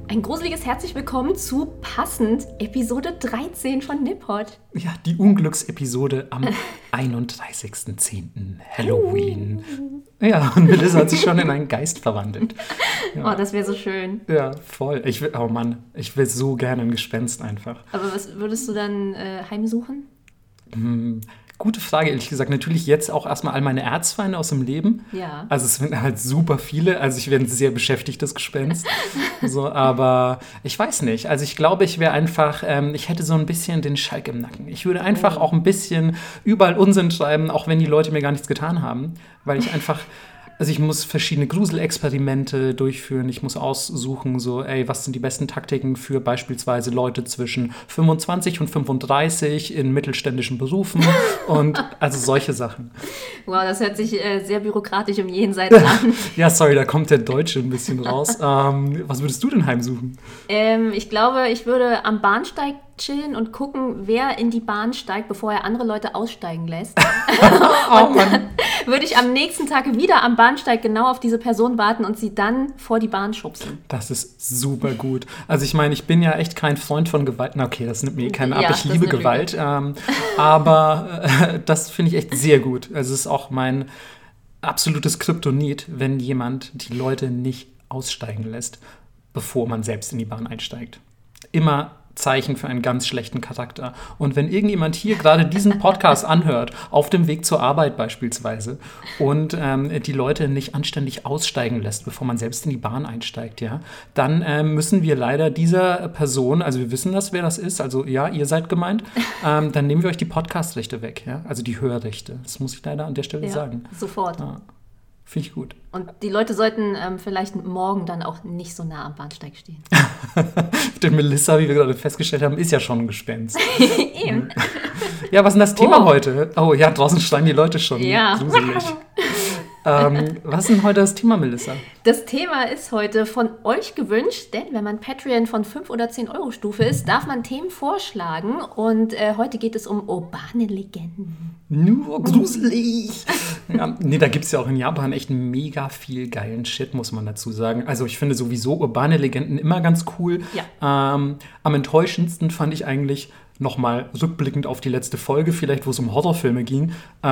Ein gruseliges Herzlich willkommen zu Passend Episode 13 von Nippot. Ja, die Unglücksepisode am 31.10. Halloween. Ja, und Melissa hat sich schon in einen Geist verwandelt. Ja. Oh, das wäre so schön. Ja, voll. Ich will so gerne ein Gespenst einfach. Aber was würdest du dann heimsuchen? Gute Frage, ehrlich gesagt. Natürlich jetzt auch erstmal all meine Erzfeinde aus dem Leben. Ja. Also es sind halt super viele. Also ich wäre ein sehr beschäftigtes Gespenst. So, aber ich weiß nicht. Also ich glaube, ich wäre einfach, ich hätte so ein bisschen den Schalk im Nacken. Ich würde einfach auch ein bisschen überall Unsinn treiben, auch wenn die Leute mir gar nichts getan haben. Weil ich einfach... Also ich muss verschiedene Gruselexperimente durchführen. Ich muss aussuchen, was sind die besten Taktiken für beispielsweise Leute zwischen 25 und 35 in mittelständischen Berufen und also solche Sachen. Wow, das hört sich sehr bürokratisch im Jenseits an. Ja, sorry, da kommt der Deutsche ein bisschen raus. Was würdest du denn heimsuchen? Ich glaube, ich würde am Bahnsteig chillen und gucken, wer in die Bahn steigt, bevor er andere Leute aussteigen lässt. Und dann würde ich am nächsten Tag wieder am Bahnsteig genau auf diese Person warten und sie dann vor die Bahn schubsen. Das ist super gut. Also ich meine, ich bin ja echt kein Freund von Gewalt. Na okay, das nimmt mir keiner ab. Ja, Ich liebe Gewalt. Aber das finde ich echt sehr gut. Also es ist auch mein absolutes Kryptonit, wenn jemand die Leute nicht aussteigen lässt, bevor man selbst in die Bahn einsteigt. Immer Zeichen für einen ganz schlechten Charakter. Und wenn irgendjemand hier gerade diesen Podcast anhört, auf dem Weg zur Arbeit beispielsweise, und die Leute nicht anständig aussteigen lässt, bevor man selbst in die Bahn einsteigt, ja, dann müssen wir leider dieser Person, also wir wissen das, wer das ist, also ja, ihr seid gemeint, dann nehmen wir euch die Podcast-Rechte weg, ja, also die Hörrechte. Das muss ich leider an der Stelle sagen. Sofort. Ja. Finde ich gut. Und die Leute sollten vielleicht morgen dann auch nicht so nah am Bahnsteig stehen. Denn Melissa, wie wir gerade festgestellt haben, ist ja schon ein Gespenst. Eben. Ja, was ist denn das Thema heute? Oh ja, draußen schreien die Leute schon. Ja. Gruselig. Was ist denn heute das Thema, Melissa? Das Thema ist heute von euch gewünscht, denn wenn man Patreon von 5 oder 10 Euro Stufe ist, darf man Themen vorschlagen. Und heute geht es um urbane Legenden. Nur gruselig. Ja, nee, da gibt es ja auch in Japan echt mega viel geilen Shit, muss man dazu sagen. Also ich finde sowieso urbane Legenden immer ganz cool. Ja. Am enttäuschendsten fand ich eigentlich nochmal rückblickend auf die letzte Folge, vielleicht wo es um Horrorfilme ging,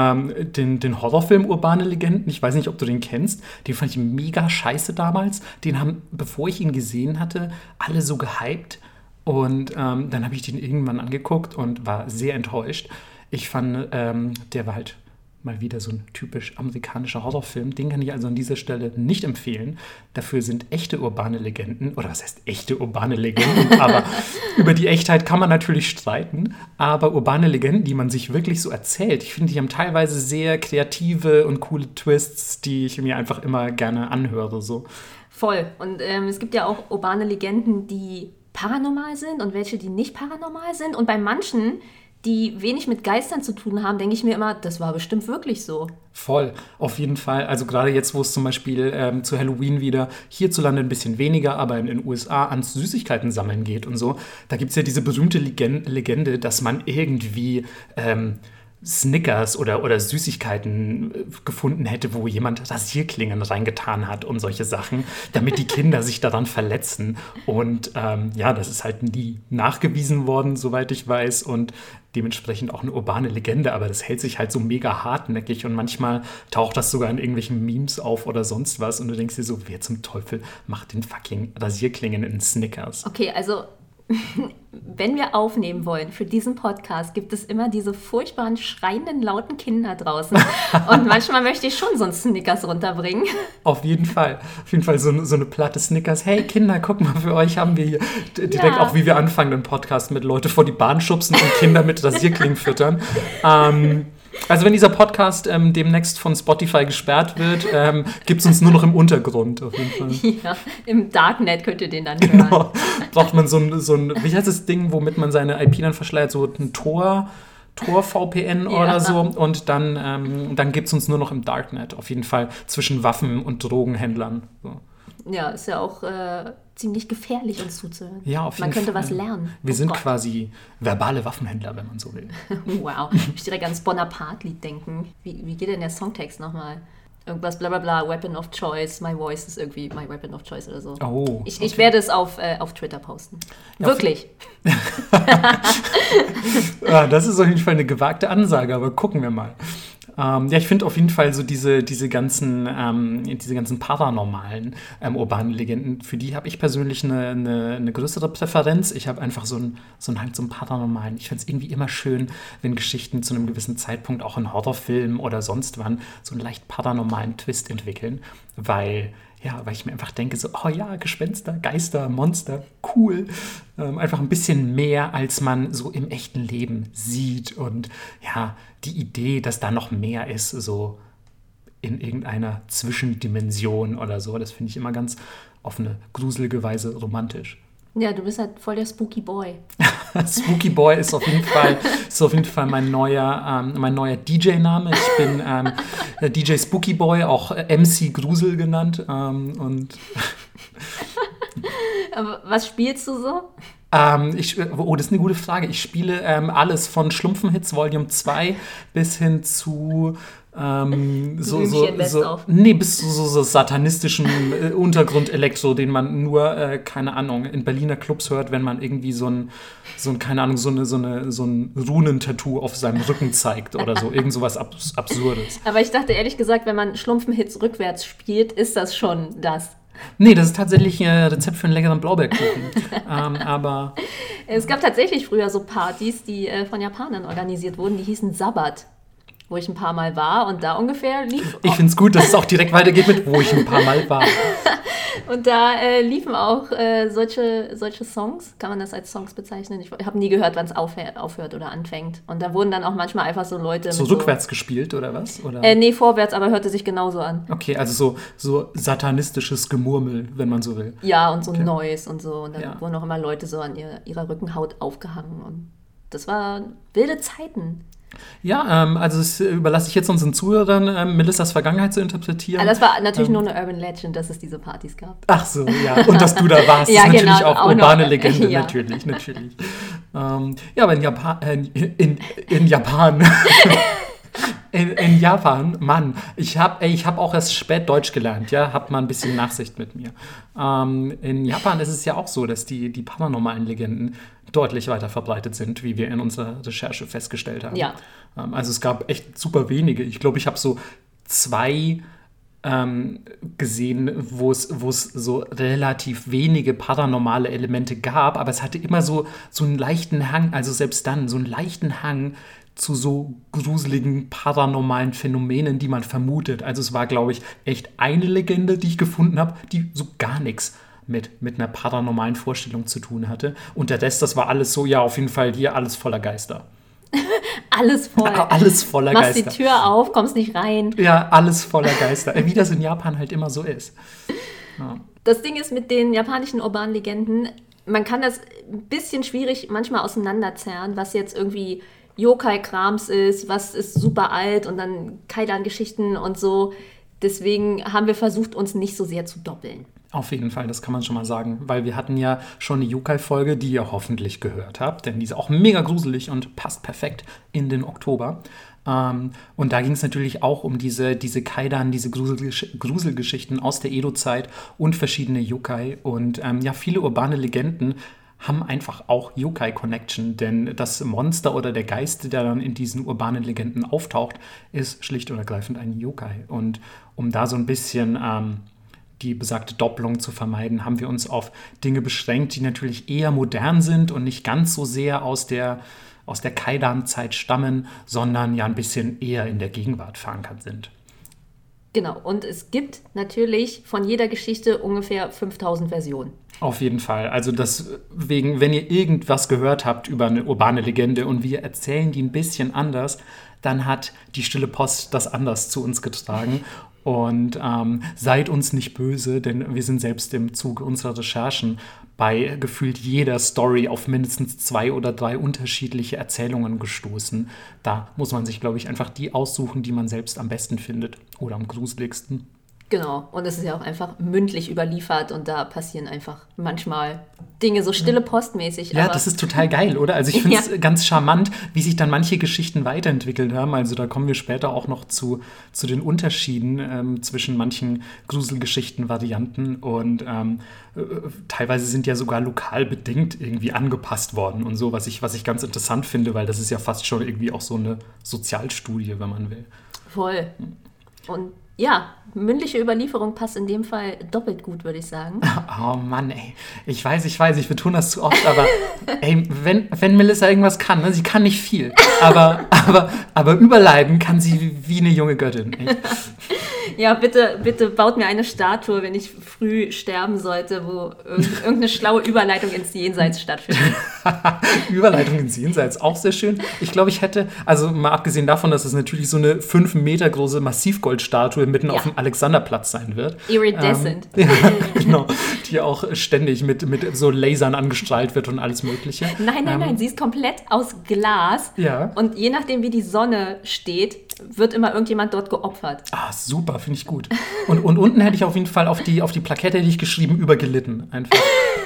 den Horrorfilm Urbane Legenden. Ich weiß nicht, ob du den kennst. Den fand ich mega scheiße damals. Den haben, bevor ich ihn gesehen hatte, alle so gehypt. Und dann habe ich den irgendwann angeguckt und war sehr enttäuscht. Ich fand, der war halt mal wieder so ein typisch amerikanischer Horrorfilm. Den kann ich also an dieser Stelle nicht empfehlen. Dafür sind echte urbane Legenden, oder was heißt echte urbane Legenden? Aber über die Echtheit kann man natürlich streiten. Aber urbane Legenden, die man sich wirklich so erzählt, ich finde, die haben teilweise sehr kreative und coole Twists, die ich mir einfach immer gerne anhöre. So. Voll. Und es gibt ja auch urbane Legenden, die paranormal sind und welche, die nicht paranormal sind. Und bei manchen, die wenig mit Geistern zu tun haben, denke ich mir immer, das war bestimmt wirklich so. Voll, auf jeden Fall. Also gerade jetzt, wo es zum Beispiel zu Halloween wieder hierzulande ein bisschen weniger, aber in den USA ans Süßigkeiten sammeln geht und so, da gibt es ja diese berühmte Legende, dass man irgendwie Snickers oder Süßigkeiten gefunden hätte, wo jemand Rasierklingen reingetan hat und solche Sachen, damit die Kinder sich daran verletzen. Und das ist halt nie nachgewiesen worden, soweit ich weiß. Und dementsprechend auch eine urbane Legende, aber das hält sich halt so mega hartnäckig und manchmal taucht das sogar in irgendwelchen Memes auf oder sonst was und du denkst dir so, wer zum Teufel macht den fucking Rasierklingen in Snickers? Okay, also wenn wir aufnehmen wollen für diesen Podcast, gibt es immer diese furchtbaren, schreienden, lauten Kinder draußen. Und manchmal möchte ich schon so einen Snickers runterbringen. Auf jeden Fall so eine Platte Snickers. Hey Kinder, guck mal, für euch haben wir hier direkt auch, wie wir anfangen, den Podcast mit Leute vor die Bahn schubsen und Kinder mit Rasierklingen füttern. Also wenn dieser Podcast demnächst von Spotify gesperrt wird, gibt es uns nur noch im Untergrund auf jeden Fall. Ja, im Darknet könnt ihr den dann hören. Genau. Braucht man so ein, wie heißt das Ding, womit man seine IP dann verschleiert, so ein Tor-VPN oder so. Und dann gibt es uns nur noch im Darknet, auf jeden Fall zwischen Waffen- und Drogenhändlern. So. Ja, ist ja auch ziemlich gefährlich, uns zuzuhören. Ja, auf jeden Man könnte Fall. was lernen. Wir sind quasi verbale Waffenhändler, wenn man so will. Wow, ich direkt ans Bonaparte-Lied denken. Wie geht denn der Songtext nochmal? Irgendwas bla bla bla, Weapon of Choice, my voice ist irgendwie my Weapon of Choice oder so. Oh, ich werde es auf Twitter posten. Ja, wirklich. Ja, das ist auf jeden Fall eine gewagte Ansage, aber gucken wir mal. Ja, ich finde auf jeden Fall so diese ganzen paranormalen urbanen Legenden, für die habe ich persönlich eine größere Präferenz. Ich habe einfach so einen paranormalen, ich finde es irgendwie immer schön, wenn Geschichten zu einem gewissen Zeitpunkt auch in Horrorfilmen oder sonst wann so einen leicht paranormalen Twist entwickeln, weil ich mir einfach denke, so, oh ja, Gespenster, Geister, Monster, cool. Einfach ein bisschen mehr, als man so im echten Leben sieht. Und ja, die Idee, dass da noch mehr ist, so in irgendeiner Zwischendimension oder so, das finde ich immer ganz auf eine gruselige Weise romantisch. Ja, du bist halt voll der Spooky Boy. Spooky Boy ist auf jeden Fall mein neuer DJ-Name. Ich bin DJ Spooky Boy, auch MC Grusel genannt. Und Aber was spielst du so? das ist eine gute Frage. Ich spiele alles von Schlumpfenhits Volume 2 bis hin zu bis zu so satanistischem Untergrund-Elektro, den man nur, keine Ahnung, in Berliner Clubs hört, wenn man irgendwie so ein Runentattoo auf seinem Rücken zeigt oder so. Irgend sowas Absurdes. Aber ich dachte ehrlich gesagt, wenn man Schlumpfenhits rückwärts spielt, ist das schon das. Nee, das ist tatsächlich ein Rezept für einen leckeren Blaubeerkuchen. Aber es gab tatsächlich früher so Partys, die von Japanern organisiert wurden, die hießen Sabbat, wo ich ein paar Mal war und da ungefähr lief... Ich finde es gut, dass es auch direkt weitergeht mit, wo ich ein paar Mal war. Und da liefen auch solche Songs, kann man das als Songs bezeichnen? Ich habe nie gehört, wann es aufhört oder anfängt. Und da wurden dann auch manchmal einfach so Leute... So rückwärts gespielt oder was? Oder? Nee, vorwärts, aber hörte sich genauso an. Okay, also so satanistisches Gemurmel, wenn man so will. Ja, und so Noise und so. Und dann wurden auch immer Leute so an ihrer Rückenhaut aufgehangen. Und das waren wilde Zeiten. Ja, also das überlasse ich jetzt unseren Zuhörern, Melissas Vergangenheit zu interpretieren. Also das war natürlich nur eine Urban Legend, dass es diese Partys gab. Ach so, ja. Und dass du da warst, ja, ist natürlich genau, auch urbane Legende, ja. natürlich. Ja, aber in Japan... In Japan, Mann, ich hab auch erst spät Deutsch gelernt, ja, habt mal ein bisschen Nachsicht mit mir. In Japan ist es ja auch so, dass die paranormalen Legenden deutlich weiter verbreitet sind, wie wir in unserer Recherche festgestellt haben. Ja. Also es gab echt super wenige. Ich glaube, ich habe so 2 gesehen, wo es so relativ wenige paranormale Elemente gab, aber es hatte immer so einen leichten Hang, also selbst dann so einen leichten Hang zu so gruseligen, paranormalen Phänomenen, die man vermutet. Also es war, glaube ich, echt eine Legende, die ich gefunden habe, die so gar nichts mit einer paranormalen Vorstellung zu tun hatte. Und der Rest, das war alles so, ja, auf jeden Fall hier alles voller Geister. Alles voll. Alles voller Machst Geister. Machst die Tür auf, kommst nicht rein. Ja, alles voller Geister. Wie das in Japan halt immer so ist. Ja. Das Ding ist mit den japanischen urbanen Legenden, man kann das ein bisschen schwierig manchmal auseinanderzerren, was jetzt irgendwie Yokai-Krams ist, was ist super alt und dann Kaidan-Geschichten und so. Deswegen haben wir versucht, uns nicht so sehr zu doppeln. Auf jeden Fall, das kann man schon mal sagen, weil wir hatten ja schon eine Yokai-Folge, die ihr hoffentlich gehört habt, denn die ist auch mega gruselig und passt perfekt in den Oktober. Und da ging es natürlich auch um diese Kaidan, diese Gruselgeschichten aus der Edo-Zeit und verschiedene Yokai und viele urbane Legenden haben einfach auch Yokai-Connection, denn das Monster oder der Geist, der dann in diesen urbanen Legenden auftaucht, ist schlicht und ergreifend ein Yokai. Und um da so ein bisschen die besagte Doppelung zu vermeiden, haben wir uns auf Dinge beschränkt, die natürlich eher modern sind und nicht ganz so sehr aus der Kaidan-Zeit stammen, sondern ja ein bisschen eher in der Gegenwart verankert sind. Genau, und es gibt natürlich von jeder Geschichte ungefähr 5000 Versionen. Auf jeden Fall. Also deswegen, wenn ihr irgendwas gehört habt über eine urbane Legende und wir erzählen die ein bisschen anders, dann hat die Stille Post das anders zu uns getragen. Und seid uns nicht böse, denn wir sind selbst im Zuge unserer Recherchen bei gefühlt jeder Story auf mindestens 2 oder 3 unterschiedliche Erzählungen gestoßen. Da muss man sich, glaube ich, einfach die aussuchen, die man selbst am besten findet oder am gruseligsten. Genau, und es ist ja auch einfach mündlich überliefert und da passieren einfach manchmal Dinge so stille postmäßig. Ja, das ist total geil, oder? Also ich finde es ganz charmant, wie sich dann manche Geschichten weiterentwickelt haben. Also da kommen wir später auch noch zu den Unterschieden zwischen manchen Gruselgeschichten-Varianten und teilweise sind ja sogar lokal bedingt irgendwie angepasst worden und so, was ich ganz interessant finde, weil das ist ja fast schon irgendwie auch so eine Sozialstudie, wenn man will. Voll. Und ja, mündliche Überlieferung passt in dem Fall doppelt gut, würde ich sagen. Oh Mann, ey. Ich weiß, ich betone das zu oft, aber ey, wenn Melissa irgendwas kann, ne, sie kann nicht viel, aber überleiten kann sie wie eine junge Göttin. Echt. Ja, bitte baut mir eine Statue, wenn ich früh sterben sollte, wo irgendeine schlaue Überleitung ins Jenseits stattfindet. Überleitung ins Jenseits, auch sehr schön. Ich glaube, ich hätte, also mal abgesehen davon, dass es natürlich so eine 5 Meter große Massivgoldstatue mitten auf dem Alexanderplatz sein wird. Iridescent. Ja, genau. Die auch ständig mit so Lasern angestrahlt wird und alles Mögliche. Nein, sie ist komplett aus Glas. Ja. Und je nachdem, wie die Sonne steht, wird immer irgendjemand dort geopfert. Ah, super, finde ich gut. Und unten hätte ich auf jeden Fall auf die Plakette hätte ich geschrieben, übergelitten. Einfach.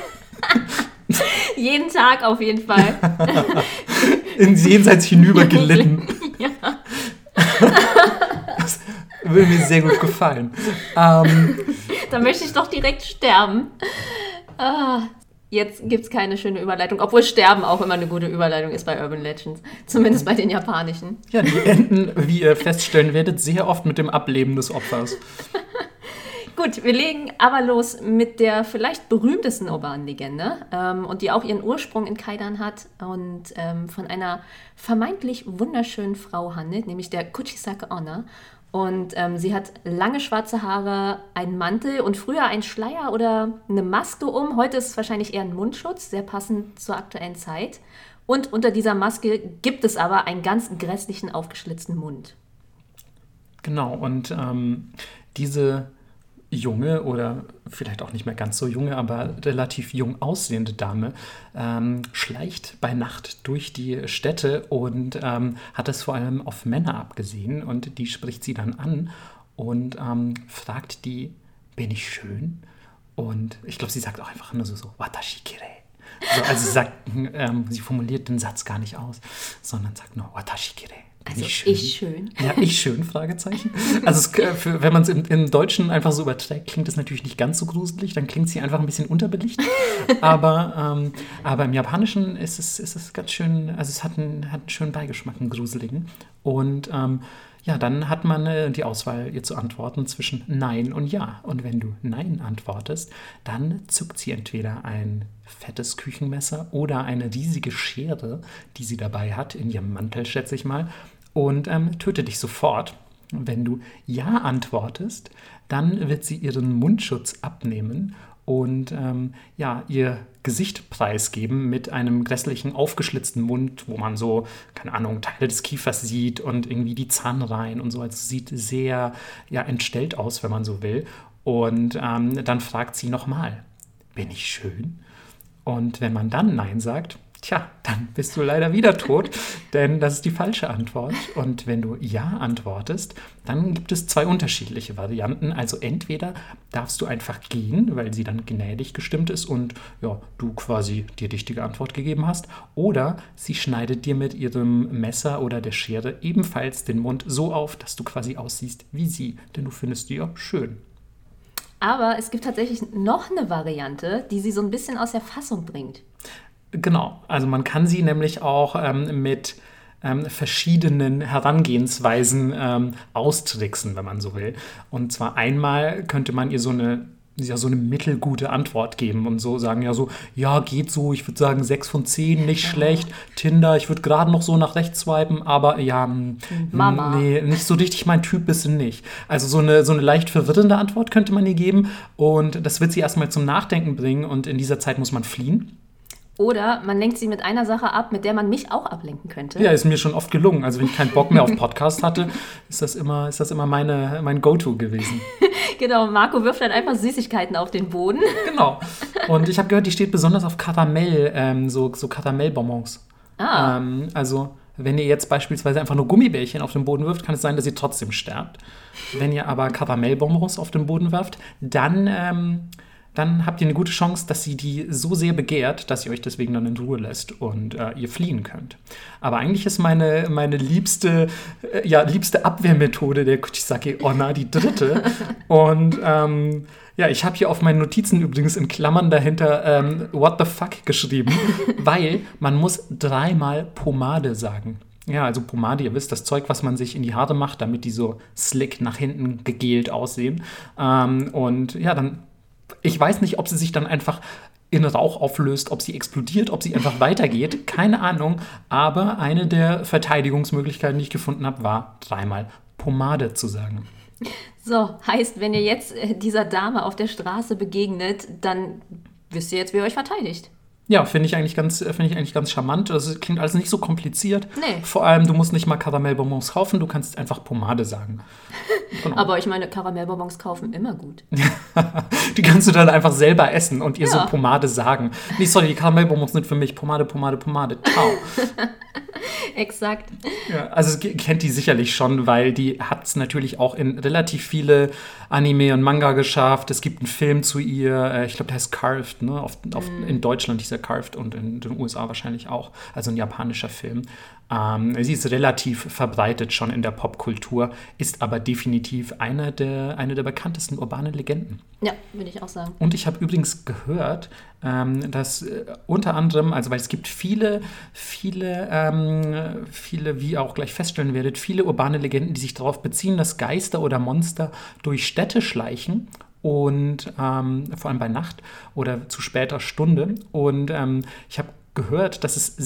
Jeden Tag auf jeden Fall. Ins Jenseits hinüber gelitten. Ja. Das würde mir sehr gut gefallen. Da möchte ich doch direkt sterben. Jetzt gibt es keine schöne Überleitung, obwohl Sterben auch immer eine gute Überleitung ist bei Urban Legends. Zumindest bei den japanischen. Ja, die enden, wie ihr feststellen werdet, sehr oft mit dem Ableben des Opfers. Gut, wir legen aber los mit der vielleicht berühmtesten urbanen Legende und die auch ihren Ursprung in Kaidan hat und von einer vermeintlich wunderschönen Frau handelt, nämlich der Kuchisake Onna. Und sie hat lange schwarze Haare, einen Mantel und früher einen Schleier oder eine Maske um. Heute ist es wahrscheinlich eher ein Mundschutz, sehr passend zur aktuellen Zeit. Und unter dieser Maske gibt es aber einen ganz grässlichen, aufgeschlitzten Mund. Genau, und diese junge oder vielleicht auch nicht mehr ganz so junge, aber relativ jung aussehende Dame schleicht bei Nacht durch die Städte und hat es vor allem auf Männer abgesehen und die spricht sie dann an und fragt die, bin ich schön? Und ich glaube, sie sagt auch einfach nur so, watashi kirei. Also sie formuliert den Satz gar nicht aus, sondern sagt nur watashi kirei. Also ich schön. Ja, ich schön, Fragezeichen. Also wenn man es im Deutschen einfach so überträgt, klingt es natürlich nicht ganz so gruselig, dann klingt sie einfach ein bisschen unterbelichtet. Aber im Japanischen ist es ganz schön, also es hat einen schönen Beigeschmack, einen gruseligen. Und dann hat man die Auswahl, ihr zu antworten zwischen Nein und Ja. Und wenn du Nein antwortest, dann zückt sie entweder ein fettes Küchenmesser oder eine riesige Schere, die sie dabei hat, in ihrem Mantel, schätze ich mal, und tötet dich sofort. Wenn du Ja antwortest, dann wird sie ihren Mundschutz abnehmen und ihr Gesicht preisgeben mit einem grässlichen, aufgeschlitzten Mund, wo man so, keine Ahnung, Teile des Kiefers sieht und irgendwie die Zahnreihen und so. Also sieht sehr entstellt aus, wenn man so will. Und dann fragt sie nochmal, bin ich schön? Und wenn man dann Nein sagt, dann bist du leider wieder tot, denn das ist die falsche Antwort. Und wenn du Ja antwortest, dann gibt es 2 unterschiedliche Varianten. Also entweder darfst du einfach gehen, weil sie dann gnädig gestimmt ist und du quasi die richtige Antwort gegeben hast, oder sie schneidet dir mit ihrem Messer oder der Schere ebenfalls den Mund so auf, dass du quasi aussiehst wie sie, denn du findest die ja schön. Aber es gibt tatsächlich noch eine Variante, die sie so ein bisschen aus der Fassung bringt. Genau, also man kann sie nämlich auch mit verschiedenen Herangehensweisen austricksen, wenn man so will. Und zwar einmal könnte man ihr so eine mittelgute Antwort geben und so sagen, geht so, ich würde sagen 6 von 10, nicht schlecht. Tinder, ich würde gerade noch so nach rechts swipen, aber Mama. Nee, nicht so richtig mein Typ bist du nicht. Also so eine leicht verwirrende Antwort könnte man ihr geben und das wird sie erstmal zum Nachdenken bringen und in dieser Zeit muss man fliehen. Oder man lenkt sie mit einer Sache ab, mit der man mich auch ablenken könnte. Ja, ist mir schon oft gelungen. Also wenn ich keinen Bock mehr auf Podcast hatte, ist das immer mein Go-To gewesen. Genau, Marco wirft dann einfach Süßigkeiten auf den Boden. Genau. Und ich habe gehört, die steht besonders auf Karamell, so Karamellbonbons. Ah. Also Wenn ihr jetzt beispielsweise einfach nur Gummibärchen auf den Boden wirft, kann es sein, dass ihr trotzdem sterbt. Wenn ihr aber Karamellbonbons auf den Boden werft, dann habt ihr eine gute Chance, dass sie die so sehr begehrt, dass ihr euch deswegen dann in Ruhe lässt und ihr fliehen könnt. Aber eigentlich ist meine liebste Abwehrmethode der Kuchisake-Onna die dritte. Und ich habe hier auf meinen Notizen übrigens in Klammern dahinter what the fuck geschrieben, weil man muss 3-mal Pomade sagen. Ja, also Pomade, ihr wisst, das Zeug, was man sich in die Haare macht, damit die so slick nach hinten gegelt aussehen. Ich weiß nicht, ob sie sich dann einfach in Rauch auflöst, ob sie explodiert, ob sie einfach weitergeht. Keine Ahnung. Aber eine der Verteidigungsmöglichkeiten, die ich gefunden habe, war 3-mal Pomade zu sagen. So, heißt, wenn ihr jetzt dieser Dame auf der Straße begegnet, dann wisst ihr jetzt, wie ihr euch verteidigt. Ja, finde ich eigentlich ganz charmant. Das klingt alles nicht so kompliziert. Nee. Vor allem, du musst nicht mal Karamellbonbons kaufen, du kannst einfach Pomade sagen. Genau. Aber ich meine, Karamellbonbons kaufen immer gut. Die kannst du dann einfach selber essen und ihr so Pomade sagen. Nee, sorry, die Karamellbonbons sind für mich Pomade. Ciao. Exakt. Ja, also kennt die sicherlich schon, weil die hat es natürlich auch in relativ viele Anime und Manga geschafft. Es gibt einen Film zu ihr, ich glaube, der heißt Carved, ne? In Deutschland hieß er Carved und in den USA wahrscheinlich auch. Also ein japanischer Film. Sie ist relativ verbreitet schon in der Popkultur, ist aber definitiv eine der bekanntesten urbanen Legenden. Ja, würde ich auch sagen. Und ich habe übrigens gehört, dass unter anderem, also weil es gibt viele, wie ihr auch gleich feststellen werdet, viele urbane Legenden, die sich darauf beziehen, dass Geister oder Monster durch Städte schleichen. Und vor allem bei Nacht oder zu später Stunde. Und ich habe gehört, dass es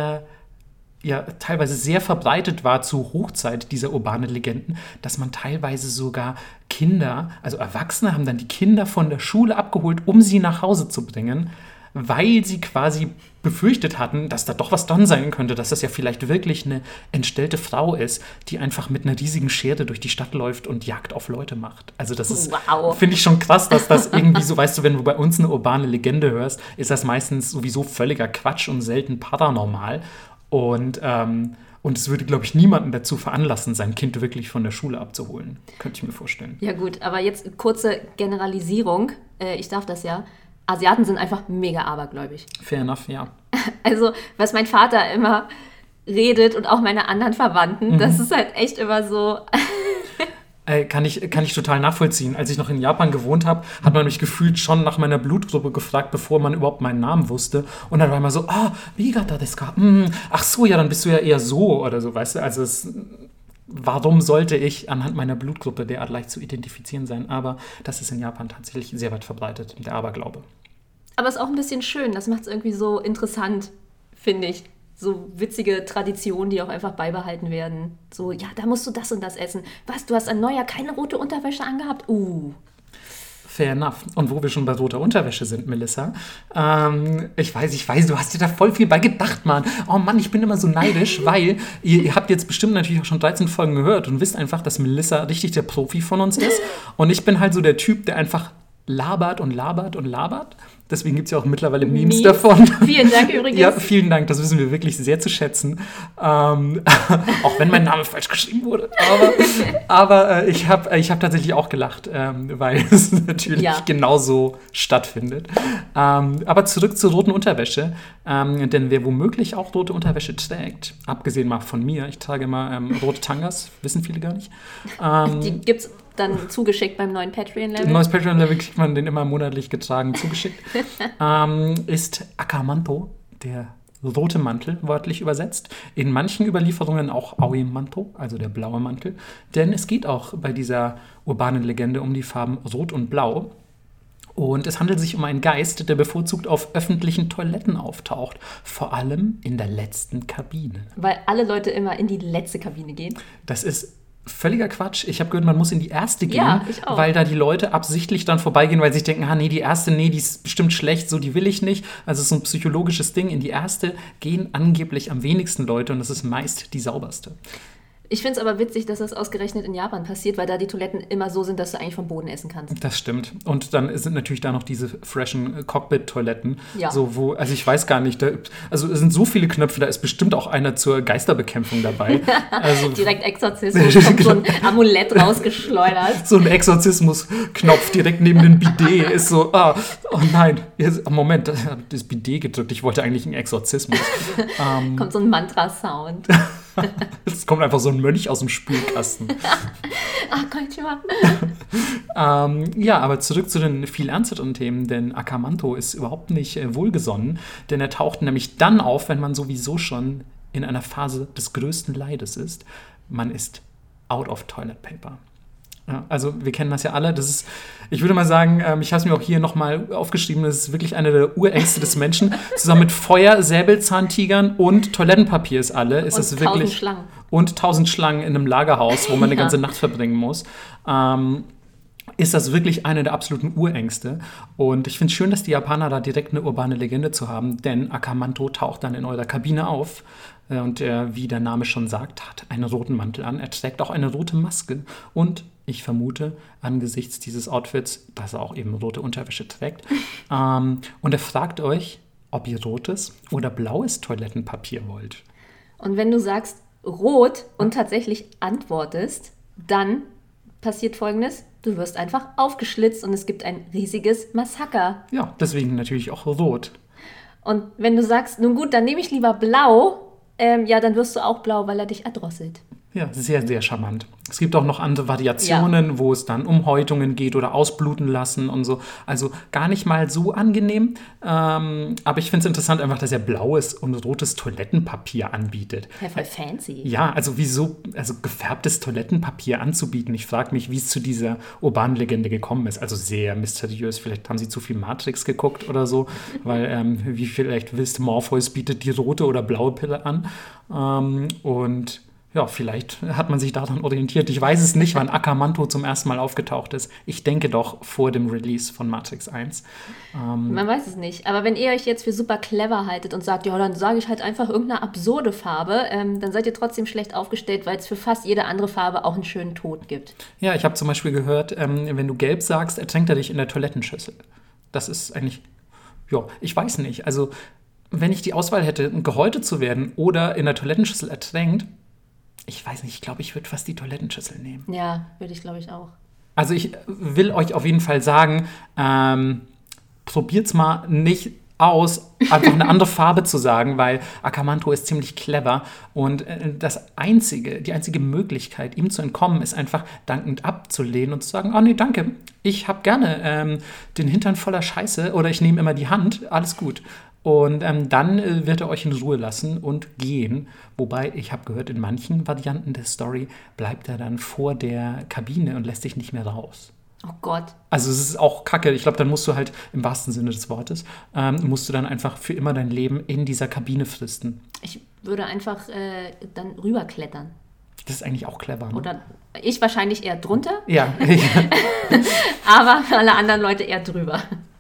teilweise sehr verbreitet war zur Hochzeit dieser urbanen Legenden, dass man teilweise sogar Kinder, also Erwachsene haben dann die Kinder von der Schule abgeholt, um sie nach Hause zu bringen, weil sie quasi befürchtet hatten, dass da doch was dran sein könnte, dass das ja vielleicht wirklich eine entstellte Frau ist, die einfach mit einer riesigen Schere durch die Stadt läuft und Jagd auf Leute macht. Also das ist, finde ich schon krass, dass das irgendwie so, weißt du, wenn du bei uns eine urbane Legende hörst, ist das meistens sowieso völliger Quatsch und selten paranormal. Und es würde, glaube ich, niemanden dazu veranlassen, sein Kind wirklich von der Schule abzuholen. Könnte ich mir vorstellen. Ja gut, aber jetzt kurze Generalisierung. Ich darf das ja. Asiaten sind einfach mega abergläubig. Fair enough, ja. Also, was mein Vater immer redet und auch meine anderen Verwandten, das ist halt echt immer so... Kann ich total nachvollziehen. Als ich noch in Japan gewohnt habe, hat man mich gefühlt schon nach meiner Blutgruppe gefragt, bevor man überhaupt meinen Namen wusste. Und dann war immer so, Niigata desu ka? Ach so, ja, dann bist du ja eher so oder so, weißt du. Also warum sollte ich anhand meiner Blutgruppe derart leicht zu identifizieren sein? Aber das ist in Japan tatsächlich sehr weit verbreitet, der Aberglaube. Aber es ist auch ein bisschen schön. Das macht es irgendwie so interessant, finde ich. So witzige Traditionen, die auch einfach beibehalten werden. So, ja, da musst du das und das essen. Was, du hast an Neujahr keine rote Unterwäsche angehabt? Fair enough. Und wo wir schon bei roter Unterwäsche sind, Melissa, ich weiß, du hast dir da voll viel bei gedacht, Mann. Oh Mann, ich bin immer so neidisch, weil ihr habt jetzt bestimmt natürlich auch schon 13 Folgen gehört und wisst einfach, dass Melissa richtig der Profi von uns ist. Und ich bin halt so der Typ, der einfach labert und labert und labert. Deswegen gibt es ja auch mittlerweile Memes davon. Vielen Dank übrigens. Ja, vielen Dank, das wissen wir wirklich sehr zu schätzen. Auch wenn mein Name falsch geschrieben wurde. Aber ich hab tatsächlich auch gelacht, weil es natürlich genauso stattfindet. Aber zurück zur roten Unterwäsche. Denn wer womöglich auch rote Unterwäsche trägt, abgesehen mal von mir, ich trage immer rote Tangas, wissen viele gar nicht. Die gibt's dann zugeschickt beim neuen Patreon-Level. Ein neues Patreon-Level kriegt man den immer monatlich getragen zugeschickt. Ist Akamanto, der rote Mantel, wörtlich übersetzt. In manchen Überlieferungen auch Aoi-Manto, also der blaue Mantel. Denn es geht auch bei dieser urbanen Legende um die Farben Rot und Blau. Und es handelt sich um einen Geist, der bevorzugt auf öffentlichen Toiletten auftaucht. Vor allem in der letzten Kabine. Weil alle Leute immer in die letzte Kabine gehen. Das ist völliger Quatsch. Ich habe gehört, man muss in die erste gehen, ja, ich auch. Weil da die Leute absichtlich dann vorbeigehen, weil sie sich denken, die erste, die ist bestimmt schlecht, so die will ich nicht. Also es ist so ein psychologisches Ding. In die erste gehen angeblich am wenigsten Leute und das ist meist die sauberste. Ich finde es aber witzig, dass das ausgerechnet in Japan passiert, weil da die Toiletten immer so sind, dass du eigentlich vom Boden essen kannst. Das stimmt. Und dann sind natürlich da noch diese freshen Cockpit-Toiletten. Ja. So, also ich weiß gar nicht, also es sind so viele Knöpfe, da ist bestimmt auch einer zur Geisterbekämpfung dabei. Also, direkt Exorzismus, kommt so ein Amulett rausgeschleudert. So ein Exorzismus-Knopf direkt neben dem Bidet ist so, oh nein, Moment, das Bidet gedrückt, ich wollte eigentlich einen Exorzismus. Kommt so ein Mantra-Sound. Es kommt einfach so ein Mönch aus dem Spülkasten. Konnichiwa. Ja, aber zurück zu den viel ernsteren Themen, denn Akamanto ist überhaupt nicht wohlgesonnen, denn er taucht nämlich dann auf, wenn man sowieso schon in einer Phase des größten Leides ist. Man ist out of toilet paper. Ja, also wir kennen das ja alle. Das ist, ich würde mal sagen, ich habe es mir auch hier nochmal aufgeschrieben, das ist wirklich eine der Urängste des Menschen. Zusammen mit Feuer, Säbelzahntigern und Toilettenpapier ist alle. Ist und das wirklich 1000 Schlangen. Und 1000 Schlangen in einem Lagerhaus, wo man eine ganze Nacht verbringen muss. Ist das wirklich eine der absoluten Urängste. Und ich finde es schön, dass die Japaner da direkt eine urbane Legende zu haben, denn Akamanto taucht dann in eurer Kabine auf. Und er, wie der Name schon sagt, hat einen roten Mantel an. Er trägt auch eine rote Maske. Und ich vermute, angesichts dieses Outfits, dass er auch eben rote Unterwäsche trägt. Und er fragt euch, ob ihr rotes oder blaues Toilettenpapier wollt. Und wenn du sagst rot und tatsächlich antwortest, dann passiert Folgendes. Du wirst einfach aufgeschlitzt und es gibt ein riesiges Massaker. Ja, deswegen natürlich auch rot. Und wenn du sagst, nun gut, dann nehme ich lieber blau, ja, dann wirst du auch blau, weil er dich erdrosselt. Ja, sehr, sehr charmant. Es gibt auch noch andere Variationen, wo es dann um Häutungen geht oder ausbluten lassen und so. Also gar nicht mal so angenehm. Aber ich finde es interessant einfach, dass er blaues und rotes Toilettenpapier anbietet. Ja, voll fancy. Ja, also wieso, also gefärbtes Toilettenpapier anzubieten? Ich frage mich, wie es zu dieser urbanen Legende gekommen ist. Also sehr mysteriös. Vielleicht haben sie zu viel Matrix geguckt oder so. Weil, wie vielleicht wisst, Morpheus bietet die rote oder blaue Pille an. Und ja, vielleicht hat man sich daran orientiert. Ich weiß es nicht, wann Akamanto zum ersten Mal aufgetaucht ist. Ich denke doch vor dem Release von Matrix 1. Man weiß es nicht. Aber wenn ihr euch jetzt für super clever haltet und sagt, ja, dann sage ich halt einfach irgendeine absurde Farbe, dann seid ihr trotzdem schlecht aufgestellt, weil es für fast jede andere Farbe auch einen schönen Tod gibt. Ja, ich habe zum Beispiel gehört, wenn du gelb sagst, ertränkt er dich in der Toilettenschüssel. Das ist eigentlich, ja, ich weiß nicht. Also, wenn ich die Auswahl hätte, gehäutet zu werden oder in der Toilettenschüssel ertränkt, ich weiß nicht, ich glaube, ich würde fast die Toilettenschüssel nehmen. Ja, würde ich, glaube ich, auch. Also ich will euch auf jeden Fall sagen, probiert's mal nicht aus, einfach eine andere Farbe zu sagen, weil Akamanto ist ziemlich clever und die einzige Möglichkeit, ihm zu entkommen, ist einfach dankend abzulehnen und zu sagen, oh nee, danke, ich habe gerne den Hintern voller Scheiße oder ich nehme immer die Hand, alles gut. Und dann wird er euch in Ruhe lassen und gehen. Wobei, ich habe gehört, in manchen Varianten der Story bleibt er dann vor der Kabine und lässt sich nicht mehr raus. Oh Gott. Also es ist auch kacke. Ich glaube, dann musst du halt, im wahrsten Sinne des Wortes, musst du dann einfach für immer dein Leben in dieser Kabine fristen. Ich würde einfach dann rüberklettern. Das ist eigentlich auch clever, ne? Oder ich wahrscheinlich eher drunter. Ja. Aber alle anderen Leute eher drüber.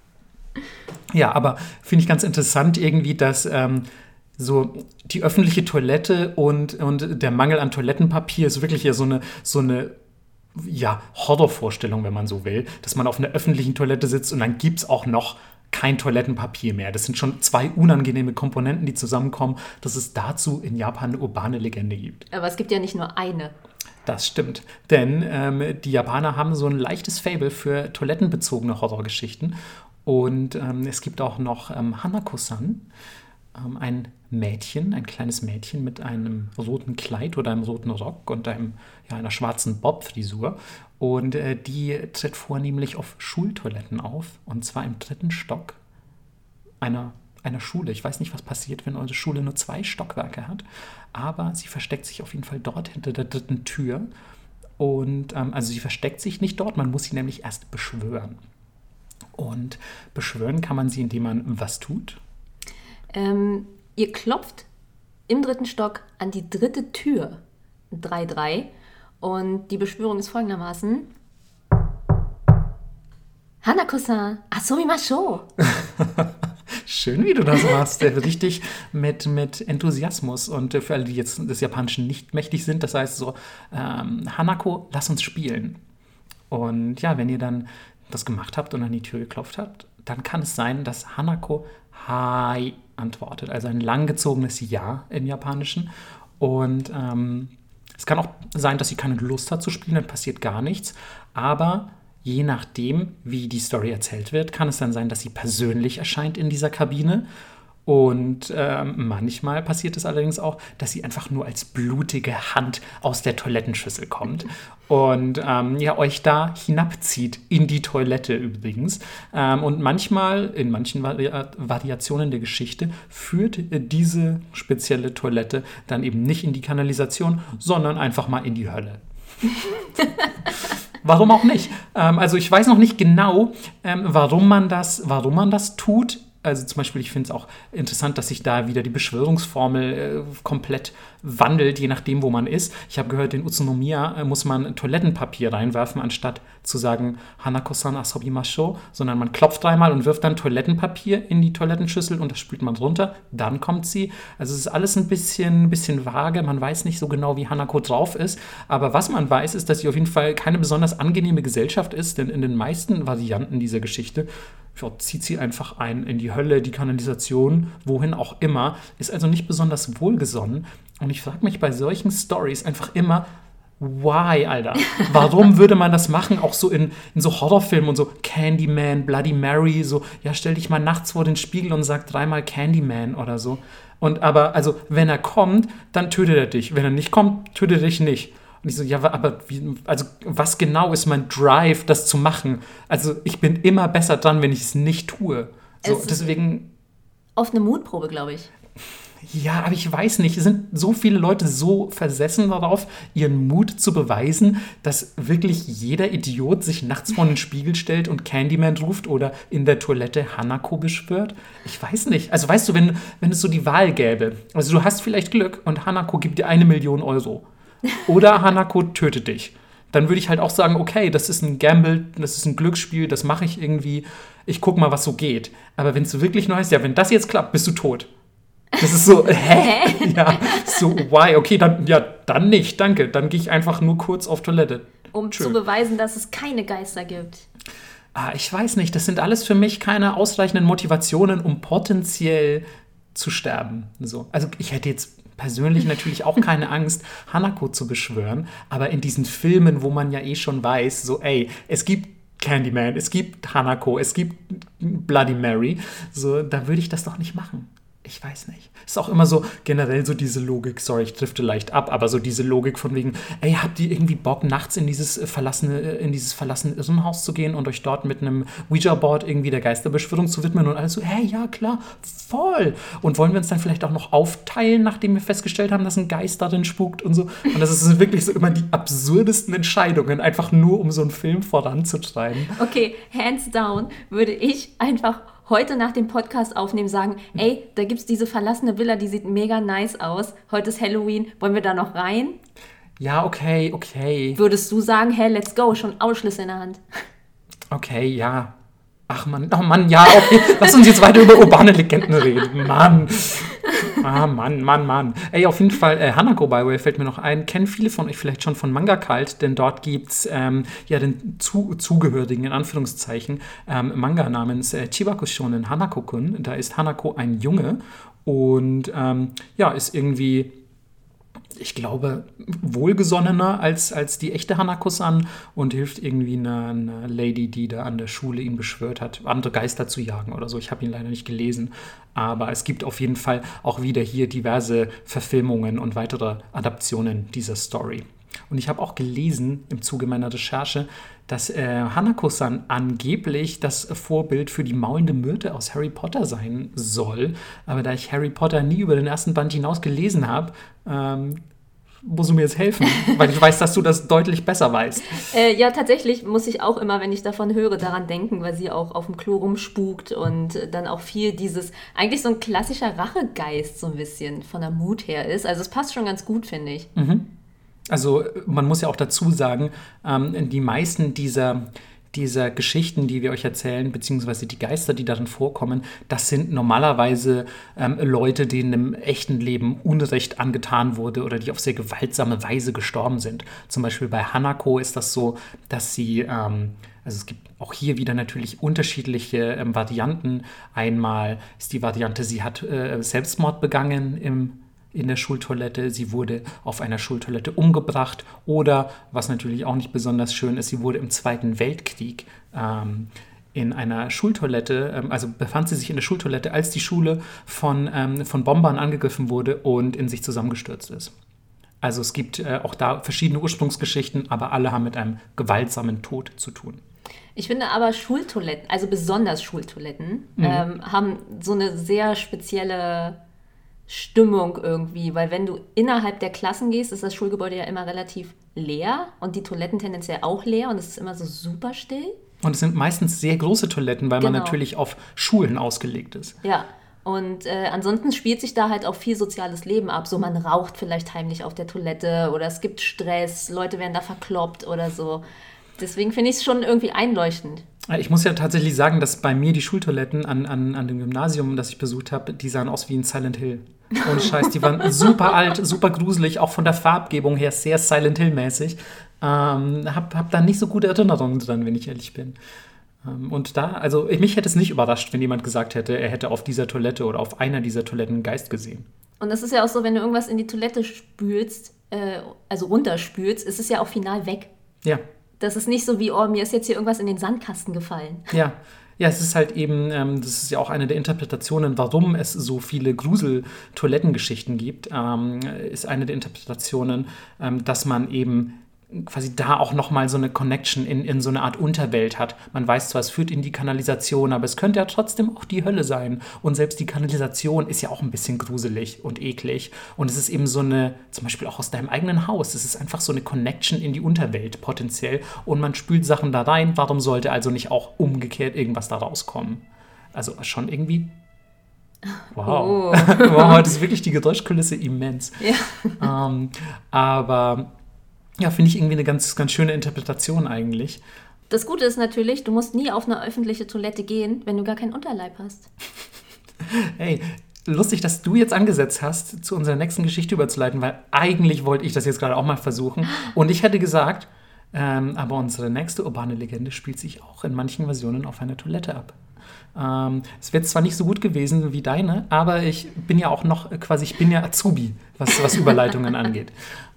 Ja, aber finde ich ganz interessant irgendwie, dass so die öffentliche Toilette und der Mangel an Toilettenpapier ist wirklich ja so eine ja, Horrorvorstellung, wenn man so will, dass man auf einer öffentlichen Toilette sitzt und dann gibt es auch noch kein Toilettenpapier mehr. Das sind schon zwei unangenehme Komponenten, die zusammenkommen, dass es dazu in Japan eine urbane Legende gibt. Aber es gibt ja nicht nur eine. Das stimmt, denn die Japaner haben so ein leichtes Faible für toilettenbezogene Horrorgeschichten. Und es gibt auch noch Hanako-san, ein kleines Mädchen mit einem roten Kleid oder einem roten Rock und einer schwarzen Bob-Frisur. Und die tritt vornehmlich auf Schultoiletten auf, und zwar im 3. Stock einer Schule. Ich weiß nicht, was passiert, wenn eure Schule nur 2 Stockwerke hat, aber sie versteckt sich auf jeden Fall dort hinter der 3. Tür. Und also sie versteckt sich nicht dort, man muss sie nämlich erst beschwören. Und beschwören kann man sie, indem man was tut? Ihr klopft im 3. Stock an die 3. Tür, 3-3. Und die Beschwörung ist folgendermaßen: Hanako-san, asomimashou. Schön, wie du das machst. Richtig mit Enthusiasmus. Und für alle, die jetzt des Japanischen nicht mächtig sind, das heißt so, Hanako, lass uns spielen. Und ja, wenn ihr dann das gemacht habt und an die Tür geklopft habt, dann kann es sein, dass Hanako Hai antwortet, also ein langgezogenes Ja im Japanischen. Und es kann auch sein, dass sie keine Lust hat zu spielen, dann passiert gar nichts. Aber je nachdem, wie die Story erzählt wird, kann es dann sein, dass sie persönlich erscheint in dieser Kabine. Und manchmal passiert es allerdings auch, dass sie einfach nur als blutige Hand aus der Toilettenschüssel kommt und euch da hinabzieht in die Toilette übrigens. Und manchmal, in manchen Variationen der Geschichte, führt diese spezielle Toilette dann eben nicht in die Kanalisation, sondern einfach mal in die Hölle. Warum auch nicht? Also ich weiß noch nicht genau, warum man das tut. Also zum Beispiel, ich finde es auch interessant, dass sich da wieder die Beschwörungsformel komplett wandelt, je nachdem, wo man ist. Ich habe gehört, in Utsunomiya muss man Toilettenpapier reinwerfen, anstatt zu sagen Hanako-san asobimasho, sondern man klopft dreimal und wirft dann Toilettenpapier in die Toilettenschüssel und das spült man runter. Dann kommt sie. Also es ist alles ein bisschen vage. Man weiß nicht so genau, wie Hanako drauf ist. Aber was man weiß, ist, dass sie auf jeden Fall keine besonders angenehme Gesellschaft ist, denn in den meisten Varianten dieser Geschichte zieht sie einfach ein in die Hölle, die Kanalisation, wohin auch immer, ist also nicht besonders wohlgesonnen. Und ich frage mich bei solchen Stories einfach immer, why, Alter? Warum würde man das machen? Auch so in so Horrorfilmen und so Candyman, Bloody Mary, so, ja, stell dich mal nachts vor den Spiegel und sag dreimal Candyman oder so. Und aber, also, wenn er kommt, dann tötet er dich. Wenn er nicht kommt, tötet er dich nicht. Und ich so, ja, aber was genau ist mein Drive, das zu machen? Also ich bin immer besser dran, wenn ich es nicht tue. So, deswegen. Oft eine Mutprobe, glaube ich. Ja, aber ich weiß nicht. Es sind so viele Leute so versessen darauf, ihren Mut zu beweisen, dass wirklich jeder Idiot sich nachts vor den Spiegel stellt und Candyman ruft oder in der Toilette Hanako beschwört. Ich weiß nicht. Also weißt du, wenn es so die Wahl gäbe, also du hast vielleicht Glück und Hanako gibt dir 1 Million Euro. Oder Hanako tötet dich. Dann würde ich halt auch sagen, okay, das ist ein Gamble, das ist ein Glücksspiel, das mache ich irgendwie. Ich guck mal, was so geht. Aber wenn es so wirklich nur heißt, ja, wenn das jetzt klappt, bist du tot. Das ist so, hä? Ja, so, why? Okay, dann nicht, danke. Dann gehe ich einfach nur kurz auf Toilette. Um zu beweisen, dass es keine Geister gibt. Ich weiß nicht, das sind alles für mich keine ausreichenden Motivationen, um potenziell zu sterben. So. Also ich hätte jetzt persönlich natürlich auch keine Angst, Hanako zu beschwören, aber in diesen Filmen, wo man ja eh schon weiß, so es gibt Candyman, es gibt Hanako, es gibt Bloody Mary, so, da würde ich das doch nicht machen. Ich weiß nicht. Ist auch immer so generell so diese Logik, sorry, ich drifte leicht ab, aber so diese Logik von wegen, habt ihr irgendwie Bock, nachts in dieses verlassene Irrenhaus zu gehen und euch dort mit einem Ouija-Board irgendwie der Geisterbeschwörung zu widmen und alles so, ja, klar, voll. Und wollen wir uns dann vielleicht auch noch aufteilen, nachdem wir festgestellt haben, dass ein Geist darin spukt und so. Und das sind wirklich so immer die absurdesten Entscheidungen, einfach nur, um so einen Film voranzutreiben. Okay, hands down würde ich einfach heute nach dem Podcast aufnehmen, sagen, da gibt's diese verlassene Villa, die sieht mega nice aus. Heute ist Halloween, wollen wir da noch rein? Ja, okay. Würdest du sagen, hey, let's go, schon Ausschlüsse in der Hand? Okay, ja. Ach Mann, ja, okay. Lass uns jetzt weiter über urbane Legenden reden. Mann. Mann. Auf jeden Fall, Hanako, by the way, fällt mir noch ein, kennen viele von euch vielleicht schon von Manga Cult, denn dort gibt's den zugehörigen, in Anführungszeichen, Manga namens Chibaku Shonen Hanako-kun. Da ist Hanako ein Junge und ist irgendwie, ich glaube, wohlgesonnener als die echte Hanako-san und hilft irgendwie einer Lady, die da an der Schule ihn beschwört hat, andere Geister zu jagen oder so. Ich habe ihn leider nicht gelesen, aber es gibt auf jeden Fall auch wieder hier diverse Verfilmungen und weitere Adaptionen dieser Story. Und ich habe auch gelesen im Zuge meiner Recherche, dass Hanako-san angeblich das Vorbild für die maulende Myrte aus Harry Potter sein soll. Aber da ich Harry Potter nie über den ersten Band hinaus gelesen habe, musst du mir jetzt helfen, weil ich weiß, dass du das deutlich besser weißt. Ja, tatsächlich muss ich auch immer, wenn ich davon höre, daran denken, weil sie auch auf dem Klo rumspukt und dann auch viel eigentlich so ein klassischer Rachegeist so ein bisschen von der Mut her ist. Also es passt schon ganz gut, finde ich. Mhm. Also man muss ja auch dazu sagen, die meisten dieser dieser Geschichten, die wir euch erzählen, beziehungsweise die Geister, die darin vorkommen, das sind normalerweise Leute, denen im echten Leben Unrecht angetan wurde oder die auf sehr gewaltsame Weise gestorben sind. Zum Beispiel bei Hanako ist das so, dass sie, also es gibt auch hier wieder natürlich unterschiedliche Varianten. Einmal ist die Variante, sie hat Selbstmord begangen in der Schultoilette, sie wurde auf einer Schultoilette umgebracht oder, was natürlich auch nicht besonders schön ist, sie wurde im Zweiten Weltkrieg in einer Schultoilette, also befand sie sich in der Schultoilette, als die Schule von Bombern angegriffen wurde und in sich zusammengestürzt ist. Also es gibt auch da verschiedene Ursprungsgeschichten, aber alle haben mit einem gewaltsamen Tod zu tun. Ich finde aber Schultoiletten, also besonders Schultoiletten, haben so eine sehr spezielle Stimmung irgendwie, weil wenn du innerhalb der Klassen gehst, ist das Schulgebäude ja immer relativ leer und die Toiletten tendenziell auch leer und es ist immer so super still. Und es sind meistens sehr große Toiletten, weil man natürlich auf Schulen ausgelegt ist. Ja, und ansonsten spielt sich da halt auch viel soziales Leben ab. So, man raucht vielleicht heimlich auf der Toilette oder es gibt Stress, Leute werden da verkloppt oder so. Deswegen finde ich es schon irgendwie einleuchtend. Ich muss ja tatsächlich sagen, dass bei mir die Schultoiletten an dem Gymnasium, das ich besucht habe, die sahen aus wie in Silent Hill. Ohne Scheiß, die waren super alt, super gruselig, auch von der Farbgebung her sehr Silent Hill-mäßig. Hab da nicht so gute Erinnerungen dran, wenn ich ehrlich bin. Und da, also mich hätte es nicht überrascht, wenn jemand gesagt hätte, er hätte auf dieser Toilette oder auf einer dieser Toiletten einen Geist gesehen. Und das ist ja auch so, wenn du irgendwas in die Toilette spülst, also runterspülst, ist es ja auch final weg. Ja. Das ist nicht so wie, oh, mir ist jetzt hier irgendwas in den Sandkasten gefallen. Ja. Ja, es ist halt eben, das ist ja auch eine der Interpretationen, warum es so viele Grusel-Toilettengeschichten gibt, ist eine der Interpretationen, dass man eben quasi da auch nochmal so eine Connection in so eine Art Unterwelt hat. Man weiß zwar, es führt in die Kanalisation, aber es könnte ja trotzdem auch die Hölle sein. Und selbst die Kanalisation ist ja auch ein bisschen gruselig und eklig. Und es ist eben so eine, zum Beispiel auch aus deinem eigenen Haus, es ist einfach so eine Connection in die Unterwelt potenziell. Und man spült Sachen da rein. Warum sollte also nicht auch umgekehrt irgendwas da rauskommen? Also schon irgendwie... Wow. Oh. Wow, heute ist wirklich die Geräuschkulisse immens. Ja. Aber... Ja, finde ich irgendwie eine ganz, ganz schöne Interpretation eigentlich. Das Gute ist natürlich, du musst nie auf eine öffentliche Toilette gehen, wenn du gar keinen Unterleib hast. Hey, lustig, dass du jetzt angesetzt hast, zu unserer nächsten Geschichte überzuleiten, weil eigentlich wollte ich das jetzt gerade auch mal versuchen. Und ich hätte gesagt, aber unsere nächste urbane Legende spielt sich auch in manchen Versionen auf einer Toilette ab. Es wäre zwar nicht so gut gewesen wie deine, aber ich bin ja auch noch ich bin ja Azubi, was Überleitungen angeht.